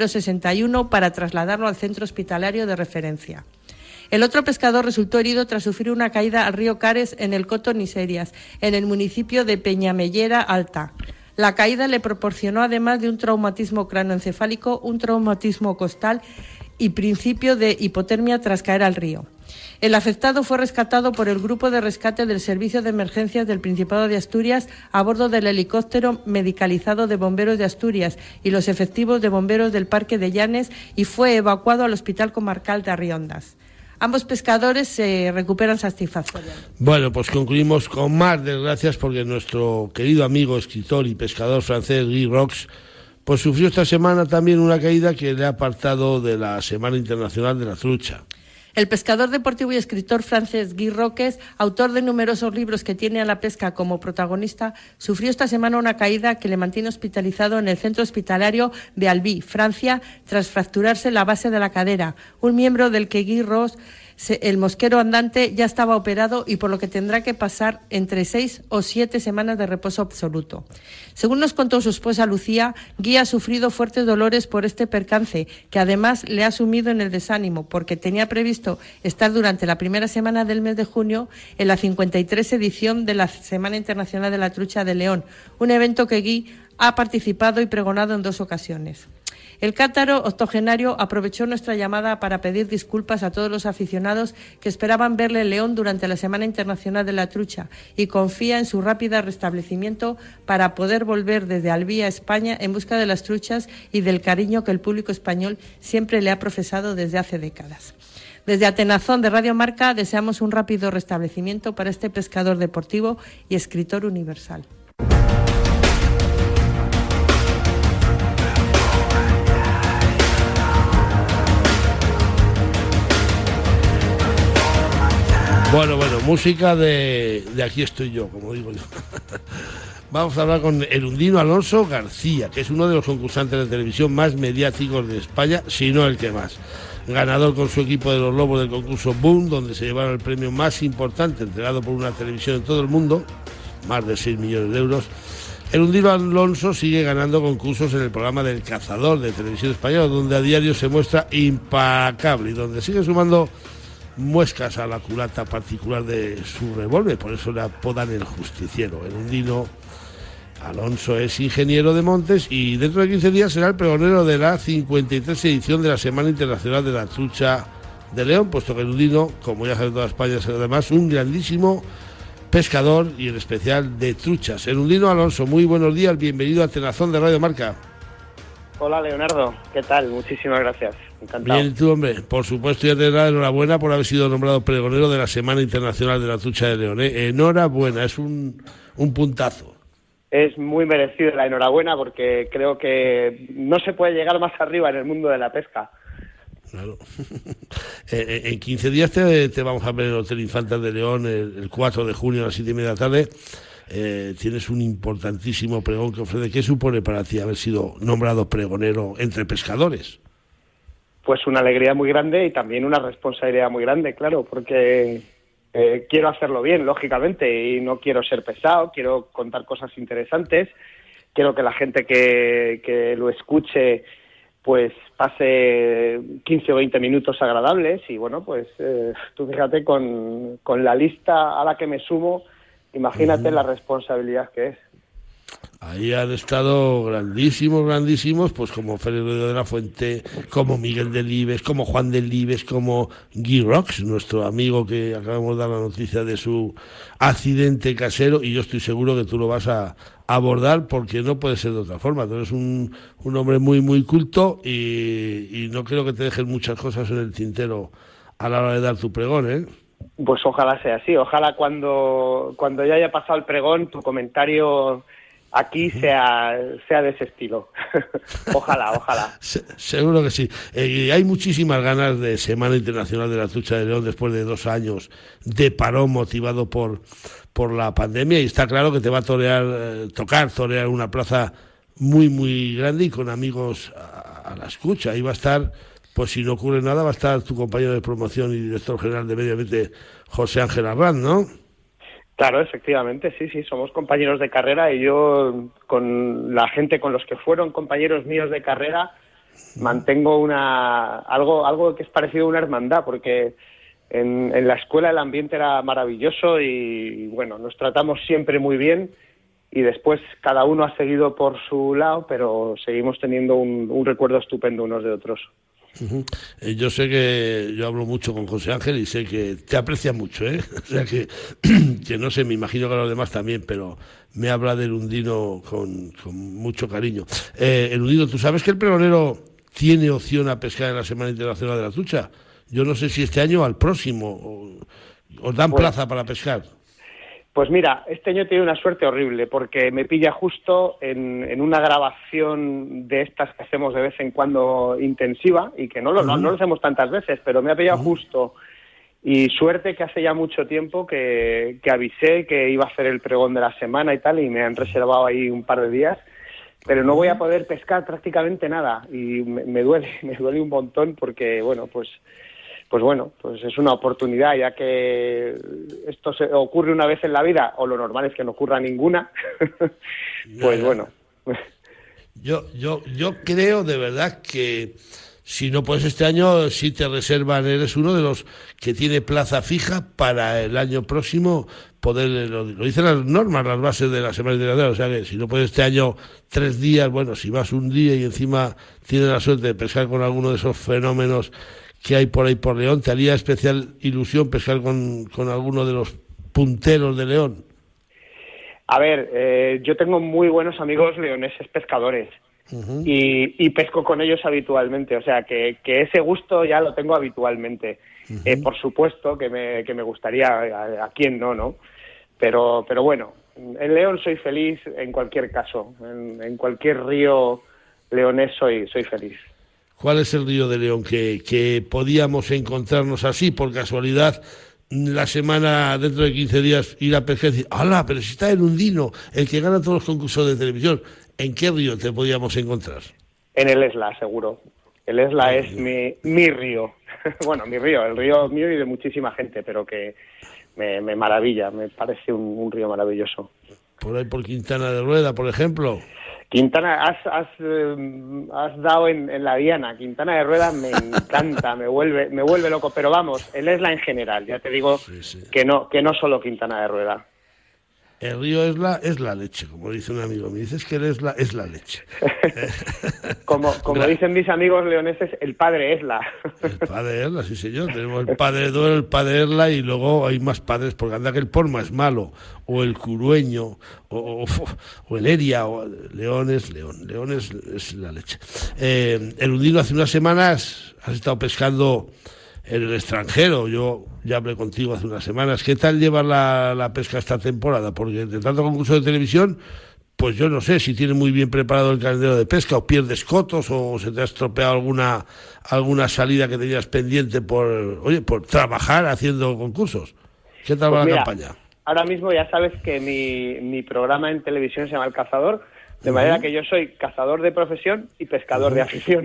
061 para trasladarlo al centro hospitalario de referencia. El otro pescador resultó herido tras sufrir una caída al río Cares en el Coto Niserias, en el municipio de Peñamellera Alta. La caída le proporcionó, además de un traumatismo cranoencefálico, un traumatismo costal y principio de hipotermia tras caer al río. El afectado fue rescatado por el grupo de rescate del Servicio de Emergencias del Principado de Asturias a bordo del helicóptero medicalizado de bomberos de Asturias y los efectivos de bomberos del Parque de Llanes y fue evacuado al Hospital Comarcal de Arriondas. Ambos pescadores se recuperan satisfactoriamente. Bueno, pues concluimos con más desgracias porque nuestro querido amigo, escritor y pescador francés Guy Roques pues sufrió esta semana también una caída que le ha apartado de la Semana Internacional de la Trucha. El pescador deportivo y escritor francés Guy Roques, autor de numerosos libros que tiene a la pesca como protagonista, sufrió esta semana una caída que le mantiene hospitalizado en el centro hospitalario de Albi, Francia, tras fracturarse la base de la cadera. Un miembro del que Guy Roques El mosquero andante ya estaba operado y por lo que tendrá que pasar entre 6 o 7 semanas de reposo absoluto. Según nos contó su esposa Lucía, Guy ha sufrido fuertes dolores por este percance, que además le ha sumido en el desánimo, porque tenía previsto estar durante la primera semana del mes de junio en la 53 edición de la Semana Internacional de la Trucha de León, un evento que Guy ha participado y pregonado en 2 ocasiones. El cátaro octogenario aprovechó nuestra llamada para pedir disculpas a todos los aficionados que esperaban verle en León durante la Semana Internacional de la Trucha y confía en su rápido restablecimiento para poder volver desde Albi a España en busca de las truchas y del cariño que el público español siempre le ha profesado desde hace décadas. Desde Atenazón de Radio Marca deseamos un rápido restablecimiento para este pescador deportivo y escritor universal. Bueno, música de Aquí estoy yo, como digo yo. Vamos a hablar con Erundino Alonso García, que es uno de los concursantes de televisión más mediáticos de España, si no el que más. Ganador con su equipo de los Lobos del concurso Boom, donde se llevaron el premio más importante entregado por una televisión en todo el mundo, más de 6 millones de euros. Erundino Alonso sigue ganando concursos en el programa del Cazador de Televisión Española, donde a diario se muestra impecable y donde sigue sumando muescas a la culata particular de su revólver, por eso le apodan el Justiciero. Erundino Alonso es ingeniero de montes y dentro de 15 días será el pregonero de la 53 edición de la Semana Internacional de la Trucha de León, puesto que Erundino, como ya sabe toda España, es además un grandísimo pescador y en especial de truchas. Erundino Alonso, muy buenos días, bienvenido a Atenazón de Radio Marca. Hola Leonardo, ¿qué tal? Muchísimas gracias, encantado. Bien, tú hombre, por supuesto ya te da enhorabuena por haber sido nombrado pregonero de la Semana Internacional de la Trucha de León, ¿eh? Enhorabuena, es un puntazo. Es muy merecido la enhorabuena porque creo que no se puede llegar más arriba en el mundo de la pesca. Claro. En 15 días te vamos a ver en el Hotel Infantas de León el 4 de junio a las 7:30 de la tarde. Tienes un importantísimo pregón que ofrece. ¿Qué supone para ti haber sido nombrado pregonero entre pescadores? Pues una alegría muy grande y también una responsabilidad muy grande, claro, porque quiero hacerlo bien, lógicamente, y no quiero ser pesado, quiero contar cosas interesantes, quiero que la gente que lo escuche pues pase 15 o 20 minutos agradables y bueno, pues tú fíjate con la lista a la que me sumo, imagínate la responsabilidad que es. Ahí han estado grandísimos, pues como Félix Rodríguez de la Fuente, como Miguel Delibes, como Juan Delibes, como Guy Rox, nuestro amigo que acabamos de dar la noticia de su accidente casero, y yo estoy seguro que tú lo vas a abordar porque no puede ser de otra forma. Tú eres un hombre muy culto y no creo que te dejen muchas cosas en el tintero a la hora de dar tu pregón, ¿eh? Pues ojalá sea así, ojalá cuando ya haya pasado el pregón tu comentario aquí sea de ese estilo. Ojalá. Seguro que sí. Hay muchísimas ganas de Semana Internacional de la Trucha de León después de 2 años de parón motivado por la pandemia, y está claro que te va a tocar torear una plaza muy grande y con amigos a la escucha. Ahí va a estar, pues si no ocurre nada, va a estar tu compañero de promoción y director general de Medio Ambiente, José Ángel Arranz, ¿no? Claro, efectivamente, sí, somos compañeros de carrera y yo con la gente con los que fueron compañeros míos de carrera mantengo algo que es parecido a una hermandad, porque en la escuela el ambiente era maravilloso y bueno, nos tratamos siempre muy bien y después cada uno ha seguido por su lado, pero seguimos teniendo un recuerdo estupendo unos de otros. Uh-huh. Yo sé que yo hablo mucho con José Ángel y sé que te aprecia mucho, ¿eh? O sea que no sé, me imagino que a los demás también, pero me habla de Erundino con mucho cariño. Erundino, ¿tú sabes que el pregonero tiene opción a pescar en la Semana Internacional de la Trucha? Yo no sé si este año o al próximo os dan plaza para pescar. Pues mira, este año tiene una suerte horrible porque me pilla justo en una grabación de estas que hacemos de vez en cuando intensiva y que no lo hacemos tantas veces, pero me ha pillado justo. Y suerte que hace ya mucho tiempo que avisé que iba a hacer el pregón de la semana y tal, y me han reservado ahí un par de días, pero no voy a poder pescar prácticamente nada y me duele un montón porque, bueno, pues pues bueno, pues es una oportunidad, ya que esto se ocurre una vez en la vida, o lo normal es que no ocurra ninguna, pues bueno. Yo creo de verdad que si no puedes este año, si te reservan, eres uno de los que tiene plaza fija para el año próximo poder, lo dicen las normas, las bases de la Semana Internacional, o sea que si no puedes este año 3 días, bueno, si vas un día y encima tienes la suerte de pescar con alguno de esos fenómenos que hay por ahí por León, ¿te haría especial ilusión pescar con alguno de los punteros de León? A ver, yo tengo muy buenos amigos leoneses pescadores. Uh-huh. Y pesco con ellos habitualmente, o sea que ese gusto ya lo tengo habitualmente. Uh-huh. Por supuesto que me gustaría, a quién no, pero bueno, en León soy feliz en cualquier caso, en cualquier río leonés soy feliz. ¿Cuál es el río de León que podíamos encontrarnos así por casualidad? La semana, dentro de 15 días, ir a pescar y decir, ¡hala! Pero si está el Undino, el que gana todos los concursos de televisión. ¿En qué río te podíamos encontrar? En el Esla, seguro. El Esla es mi río. Bueno, mi río, el río mío y de muchísima gente, pero que me maravilla, me parece un río maravilloso. Por ahí por Quintana de Rueda, por ejemplo. Quintana, has dado en la diana. Quintana de Rueda me encanta, me vuelve loco, pero vamos, el Esla en general, ya te digo sí. que no solo Quintana de Rueda. El río Esla es la leche, como dice un amigo. Me dices que el Esla es la leche. como dicen mis amigos leoneses, el padre Esla. El padre Esla, sí señor. Tenemos el padre Duero, el padre Esla y luego hay más padres, porque anda que el Porma es malo, o el Curueño, o el Eria, o León es la leche. El Undino, hace unas semanas has estado pescando en el extranjero. Yo ya hablé contigo hace unas semanas. ¿Qué tal llevas la pesca esta temporada? Porque de tanto concurso de televisión, pues yo no sé si tienes muy bien preparado el calendario de pesca, o pierdes cotos, o se te ha estropeado alguna salida que tenías pendiente por trabajar haciendo concursos. ¿Qué tal va la campaña? Ahora mismo ya sabes que mi programa en televisión se llama El Cazador, de manera que yo soy cazador de profesión y pescador de afición.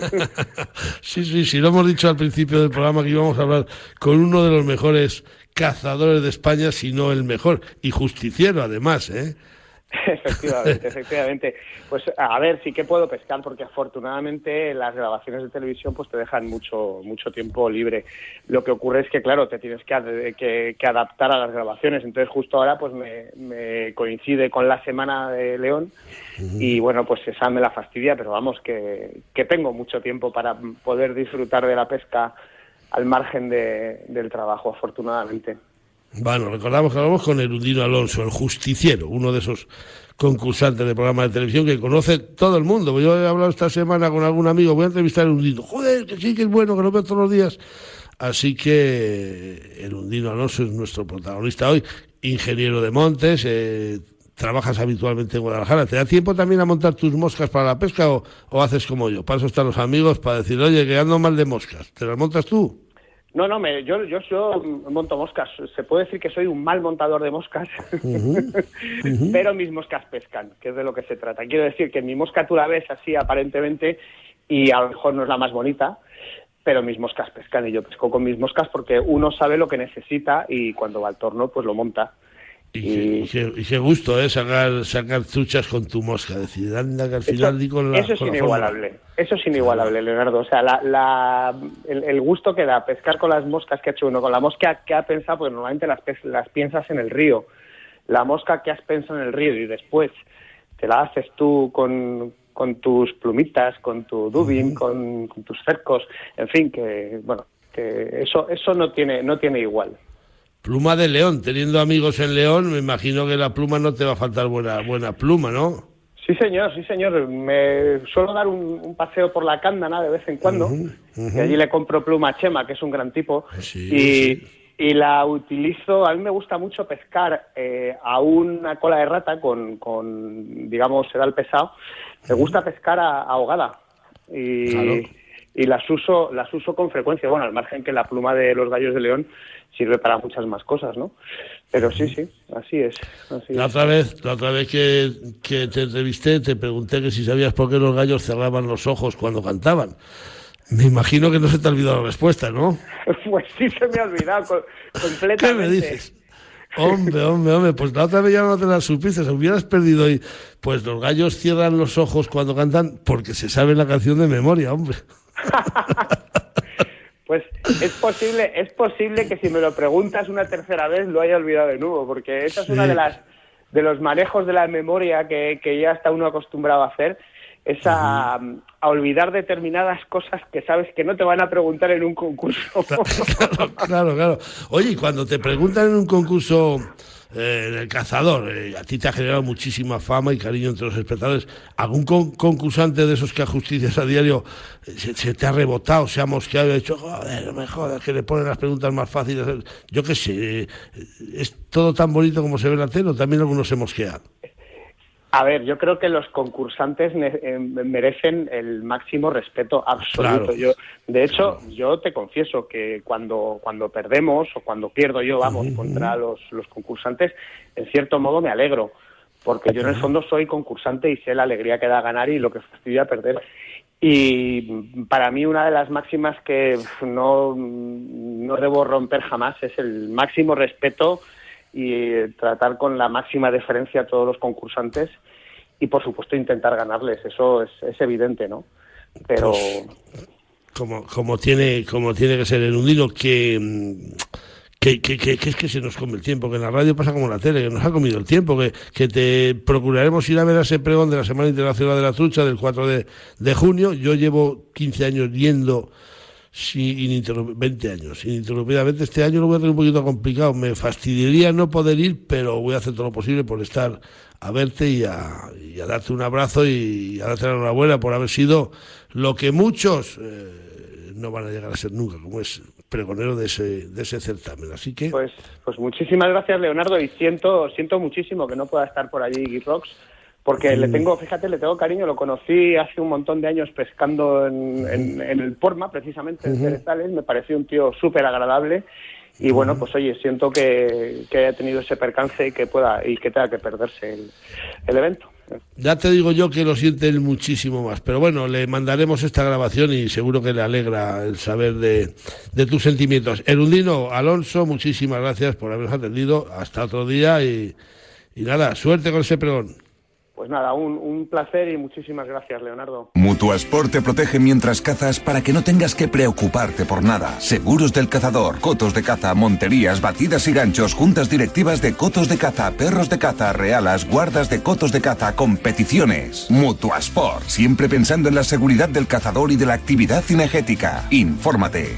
Sí, lo hemos dicho al principio del programa que íbamos a hablar con uno de los mejores cazadores de España, si no el mejor, y justiciero además, ¿eh? Efectivamente. Pues a ver, sí que puedo pescar, porque afortunadamente las grabaciones de televisión pues te dejan mucho tiempo libre. Lo que ocurre es que, claro, te tienes que adaptar a las grabaciones. Entonces justo ahora pues me coincide con la Semana de León y bueno, pues esa me la fastidia, pero vamos, que tengo mucho tiempo para poder disfrutar de la pesca al margen del trabajo, afortunadamente. Bueno, recordamos que hablamos con el Undino Alonso, el justiciero, uno de esos concursantes de programas de televisión que conoce todo el mundo. Yo he hablado esta semana con algún amigo, voy a entrevistar al Undino. Joder, que sí que es bueno, que lo veo todos los días. Así que el Undino Alonso es nuestro protagonista hoy, ingeniero de montes, trabajas habitualmente en Guadalajara. ¿Te da tiempo también a montar tus moscas para la pesca o haces como yo? Para eso están los amigos, para decir, oye, que ando mal de moscas. ¿Te las montas tú? No, yo monto moscas. Se puede decir que soy un mal montador de moscas, pero mis moscas pescan, que es de lo que se trata. Quiero decir que mi mosca tú la ves así aparentemente y a lo mejor no es la más bonita, pero mis moscas pescan y yo pesco con mis moscas porque uno sabe lo que necesita y cuando va al torno pues lo monta. Y qué gusto, sacar truchas con tu mosca, decir, anda que al final di con la... Eso es inigualable, Leonardo. O sea, el gusto que da pescar con las moscas que ha hecho uno, con la mosca que ha pensado, pues normalmente las piensas en el río. La mosca que has pensado en el río y después te la haces tú con tus plumitas, con tu dubin, con tus cercos, en fin, que eso no tiene igual. Pluma de León, teniendo amigos en León, me imagino que la pluma no te va a faltar buena pluma, ¿no? Sí, señor. Me suelo dar un paseo por la Cándana de vez en cuando, y allí le compro pluma a Chema, que es un gran tipo, y la utilizo. A mí me gusta mucho pescar a una cola de rata con digamos, sedal pesado. Me gusta pescar ahogada, y las uso con frecuencia. Bueno, al margen que la pluma de los gallos de León sirve para muchas más cosas, ¿no? Pero sí, así es. La otra vez que te entrevisté te pregunté que si sabías por qué los gallos cerraban los ojos cuando cantaban. Me imagino que no se te ha olvidado la respuesta, ¿no? Pues sí, se me ha olvidado completamente. ¿Qué me dices? Hombre, pues la otra vez ya no te la supiste, se hubieras perdido hoy. Pues los gallos cierran los ojos cuando cantan porque se sabe la canción de memoria, hombre. Pues es posible que si me lo preguntas una tercera vez lo haya olvidado de nuevo, porque esa es una de los manejos de la memoria que ya está uno acostumbrado a hacer, es a olvidar determinadas cosas que sabes que no te van a preguntar en un concurso. Claro. Oye, cuando te preguntan en un concurso del cazador, a ti te ha generado muchísima fama y cariño entre los espectadores, ¿algún concursante de esos que ajusticias a diario se te ha rebotado, se ha mosqueado y ha dicho, joder, no me jodas, que le ponen las preguntas más fáciles? Yo qué sé, ¿es todo tan bonito como se ve en la tele o también algunos se mosquean? A ver, yo creo que los concursantes merecen el máximo respeto absoluto. Claro. De hecho, yo te confieso que cuando perdemos o cuando pierdo yo, contra los concursantes, en cierto modo me alegro, porque yo en el fondo soy concursante y sé la alegría que da ganar y lo que fastidia perder. Y para mí una de las máximas que no debo romper jamás es el máximo respeto y tratar con la máxima deferencia a todos los concursantes y, por supuesto, intentar ganarles. Eso es evidente, ¿no? Pero... Pues, como tiene que ser el Undino, que es que se nos come el tiempo, que en la radio pasa como en la tele, que nos ha comido el tiempo, que te procuraremos ir a ver a ese pregón de la Semana Internacional de la Trucha del 4 de junio. Yo llevo 15 años yendo... 20 años, ininterrumpidamente. Este año lo voy a tener un poquito complicado, me fastidiaría no poder ir, pero voy a hacer todo lo posible por estar a verte y a darte un abrazo y a darte la enhorabuena por haber sido lo que muchos no van a llegar a ser nunca, como es pregonero de ese certamen. Así que... Pues muchísimas gracias, Leonardo, y siento muchísimo que no pueda estar por allí Guy Rox, porque le tengo cariño. Lo conocí hace un montón de años pescando en el Porma, precisamente, en Cerezales. Me pareció un tío súper agradable y bueno, pues oye, siento que haya tenido ese percance y que tenga que perderse el evento. Ya te digo yo que lo siente él muchísimo más, pero bueno, le mandaremos esta grabación y seguro que le alegra el saber de tus sentimientos. El Undino, Alonso, muchísimas gracias por habernos atendido. Hasta otro día y nada, suerte con ese pregón. Pues nada, un placer y muchísimas gracias, Leonardo. Mutuasport te protege mientras cazas para que no tengas que preocuparte por nada. Seguros del cazador, cotos de caza, monterías, batidas y ganchos, juntas directivas de cotos de caza, perros de caza, realas, guardas de cotos de caza, competiciones. Mutuasport, siempre pensando en la seguridad del cazador y de la actividad cinegética. Infórmate,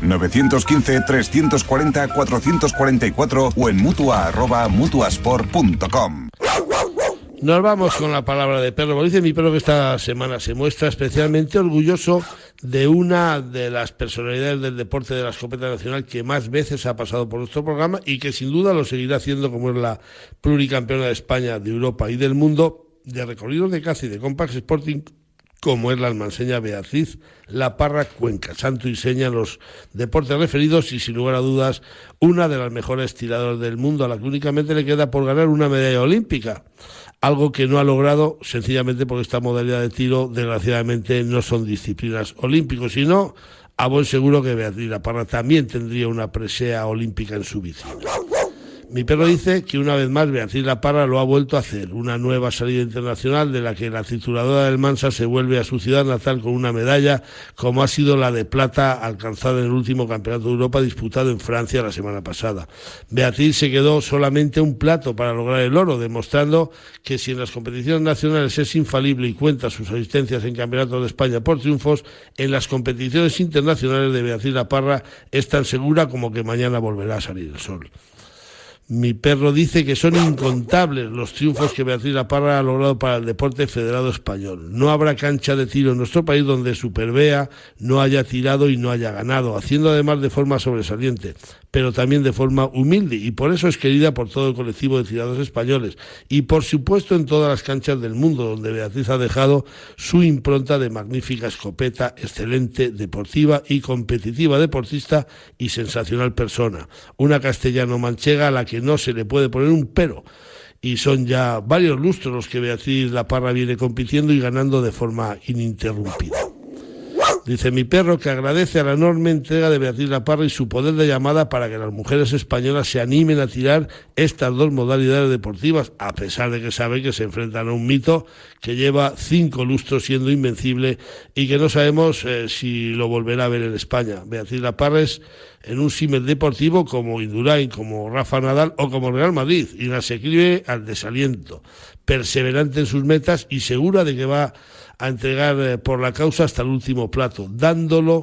915-340-444 o en mutua@mutuasport.com. Nos vamos con la palabra de Perro. Dice mi perro que esta semana se muestra especialmente orgulloso de una de las personalidades del deporte de la escopeta nacional que más veces ha pasado por nuestro programa y que sin duda lo seguirá haciendo, como es la pluricampeona de España, de Europa y del mundo de recorridos de caza y de Compact Sporting, como es la almanseña Beatriz La Parra Cuenca, santo y seña en los deportes referidos y sin lugar a dudas una de las mejores tiradoras del mundo, a la que únicamente le queda por ganar una medalla olímpica. Algo que no ha logrado sencillamente porque esta modalidad de tiro desgraciadamente no son disciplinas olímpicas, sino a buen seguro que Beatriz La Parra también tendría una presea olímpica en su vitrina. Mi perro dice que una vez más Beatriz La Parra lo ha vuelto a hacer, una nueva salida internacional de la que la trituradora del Mansa se vuelve a su ciudad natal con una medalla, como ha sido la de plata alcanzada en el último Campeonato de Europa disputado en Francia la semana pasada. Beatriz se quedó solamente un plato para lograr el oro, demostrando que si en las competiciones nacionales es infalible y cuenta sus asistencias en Campeonatos de España por triunfos, en las competiciones internacionales de Beatriz La Parra es tan segura como que mañana volverá a salir el sol. Mi perro dice que son incontables los triunfos que Beatriz La Parra ha logrado para el deporte federado español. No habrá cancha de tiro en nuestro país donde Superbea no haya tirado y no haya ganado, haciendo además de forma sobresaliente, pero también de forma humilde, y por eso es querida por todo el colectivo de tiradores españoles y por supuesto en todas las canchas del mundo donde Beatriz ha dejado su impronta de magnífica escopeta, excelente, deportiva y competitiva deportista y sensacional persona. Una castellano-manchega a la que no se le puede poner un pero, y son ya varios lustros los que Beatriz La Parra viene compitiendo y ganando de forma ininterrumpida. Dice mi perro que agradece a la enorme entrega de Beatriz Laparra y su poder de llamada para que las mujeres españolas se animen a tirar estas dos modalidades deportivas, a pesar de que sabe que se enfrentan a un mito que lleva 5 lustros siendo invencible y que no sabemos si lo volverá a ver en España. Beatriz Laparra es en un símil deportivo como Indurain, como Rafa Nadal o como Real Madrid, y la se escribe al desaliento, perseverante en sus metas y segura de que va a entregar por la causa hasta el último plato, dándolo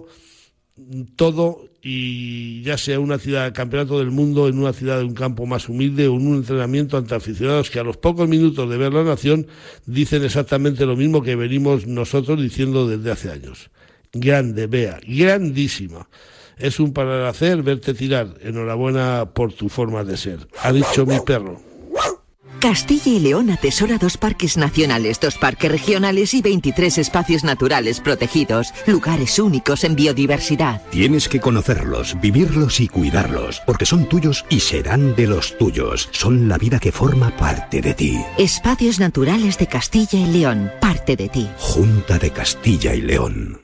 todo, y ya sea una ciudad de campeonato del mundo, en una ciudad de un campo más humilde o en un entrenamiento ante aficionados que a los pocos minutos de ver la nación dicen exactamente lo mismo que venimos nosotros diciendo desde hace años. Grande, Bea, grandísima. Es un placer verte tirar. Enhorabuena por tu forma de ser. Ha dicho mi perro. Castilla y León atesora 2 parques nacionales, 2 parques regionales y 23 espacios naturales protegidos, lugares únicos en biodiversidad. Tienes que conocerlos, vivirlos y cuidarlos, porque son tuyos y serán de los tuyos. Son la vida que forma parte de ti. Espacios naturales de Castilla y León, parte de ti. Junta de Castilla y León.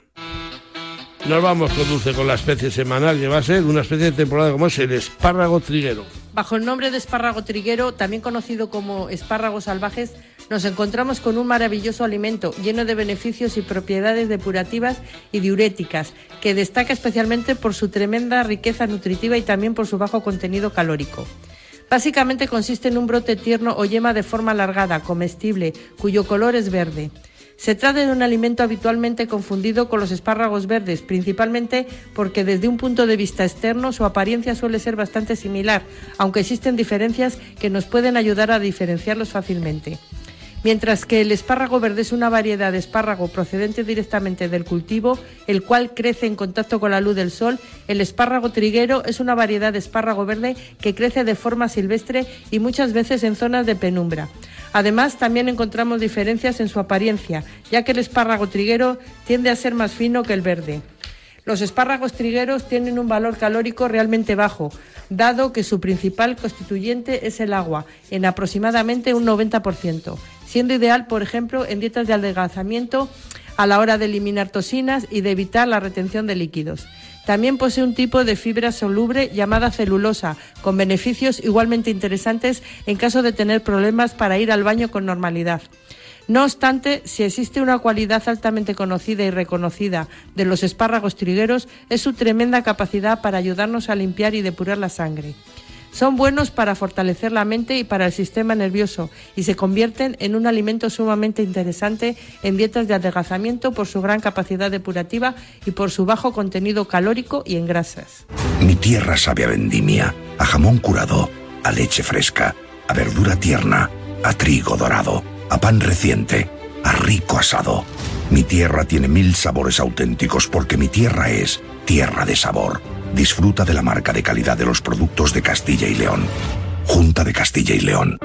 Nos vamos con Dulce con la especie semanal, que va a ser una especie de temporada como es el espárrago triguero. Bajo el nombre de espárrago triguero, también conocido como espárragos salvajes, nos encontramos con un maravilloso alimento lleno de beneficios y propiedades depurativas y diuréticas, que destaca especialmente por su tremenda riqueza nutritiva y también por su bajo contenido calórico. Básicamente consiste en un brote tierno o yema de forma alargada, comestible, cuyo color es verde. Se trata de un alimento habitualmente confundido con los espárragos verdes, principalmente porque desde un punto de vista externo su apariencia suele ser bastante similar, aunque existen diferencias que nos pueden ayudar a diferenciarlos fácilmente. Mientras que el espárrago verde es una variedad de espárrago procedente directamente del cultivo, el cual crece en contacto con la luz del sol, el espárrago triguero es una variedad de espárrago verde que crece de forma silvestre y muchas veces en zonas de penumbra. Además, también encontramos diferencias en su apariencia, ya que el espárrago triguero tiende a ser más fino que el verde. Los espárragos trigueros tienen un valor calórico realmente bajo, dado que su principal constituyente es el agua, en aproximadamente un 90%, siendo ideal, por ejemplo, en dietas de adelgazamiento a la hora de eliminar toxinas y de evitar la retención de líquidos. También posee un tipo de fibra soluble llamada celulosa, con beneficios igualmente interesantes en caso de tener problemas para ir al baño con normalidad. No obstante, si existe una cualidad altamente conocida y reconocida de los espárragos trigueros, es su tremenda capacidad para ayudarnos a limpiar y depurar la sangre. Son buenos para fortalecer la mente y para el sistema nervioso y se convierten en un alimento sumamente interesante en dietas de adelgazamiento por su gran capacidad depurativa y por su bajo contenido calórico y en grasas. Mi tierra sabe a vendimia, a jamón curado, a leche fresca, a verdura tierna, a trigo dorado, a pan reciente, a rico asado. Mi tierra tiene 1000 sabores auténticos porque mi tierra es tierra de sabor. Disfruta de la marca de calidad de los productos de Castilla y León. Junta de Castilla y León.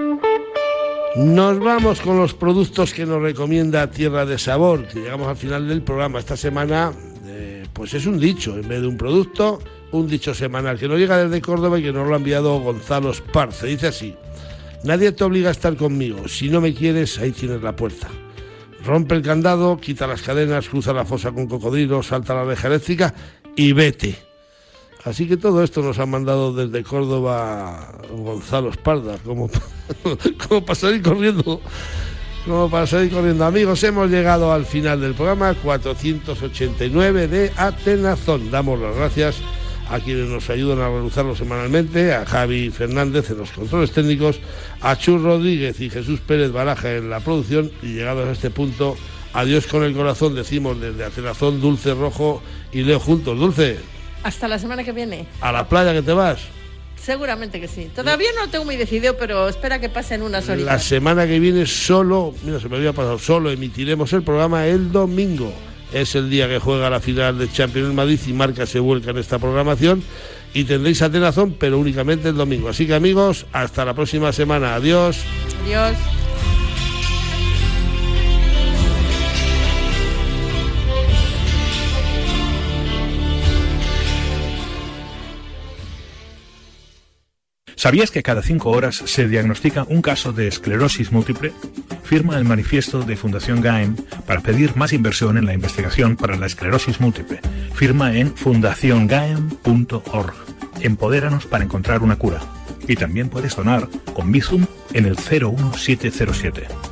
Nos vamos con los productos que nos recomienda Tierra de Sabor, que llegamos al final del programa. Esta semana, pues es un dicho, en vez de un producto, un dicho semanal, que nos llega desde Córdoba y que nos lo ha enviado Gonzalo Esparce. Dice así: nadie te obliga a estar conmigo, si no me quieres, ahí tienes la puerta. Rompe el candado, quita las cadenas, cruza la fosa con cocodrilos, salta la reja eléctrica y vete. Así que todo esto nos ha mandado desde Córdoba Gonzalo Esparda, como para salir corriendo. Como para salir corriendo. Amigos, hemos llegado al final del programa 489 de Atenazón. Damos las gracias a quienes nos ayudan a realizarlo semanalmente, a Javi Fernández en los controles técnicos, a Chur Rodríguez y Jesús Pérez Baraja en la producción. Y llegados a este punto, adiós con el corazón, decimos desde Atenazón, Dulce Rojo y Leo juntos. Dulce, hasta la semana que viene. ¿A la playa que te vas? Seguramente que sí. Todavía no lo tengo muy decidido, pero espera que pasen unas horitas. La semana que viene solo, mira, se me había pasado, solo emitiremos el programa el domingo. Es el día que juega la final de Champions en Madrid y Marca se vuelca en esta programación. Y tendréis Atenazón, pero únicamente el domingo. Así que amigos, hasta la próxima semana. Adiós. Adiós. ¿Sabías que cada 5 horas se diagnostica un caso de esclerosis múltiple? Firma el manifiesto de Fundación GAEM para pedir más inversión en la investigación para la esclerosis múltiple. Firma en fundaciongaem.org. Empodéranos para encontrar una cura. Y también puedes donar con Bizum en el 01707.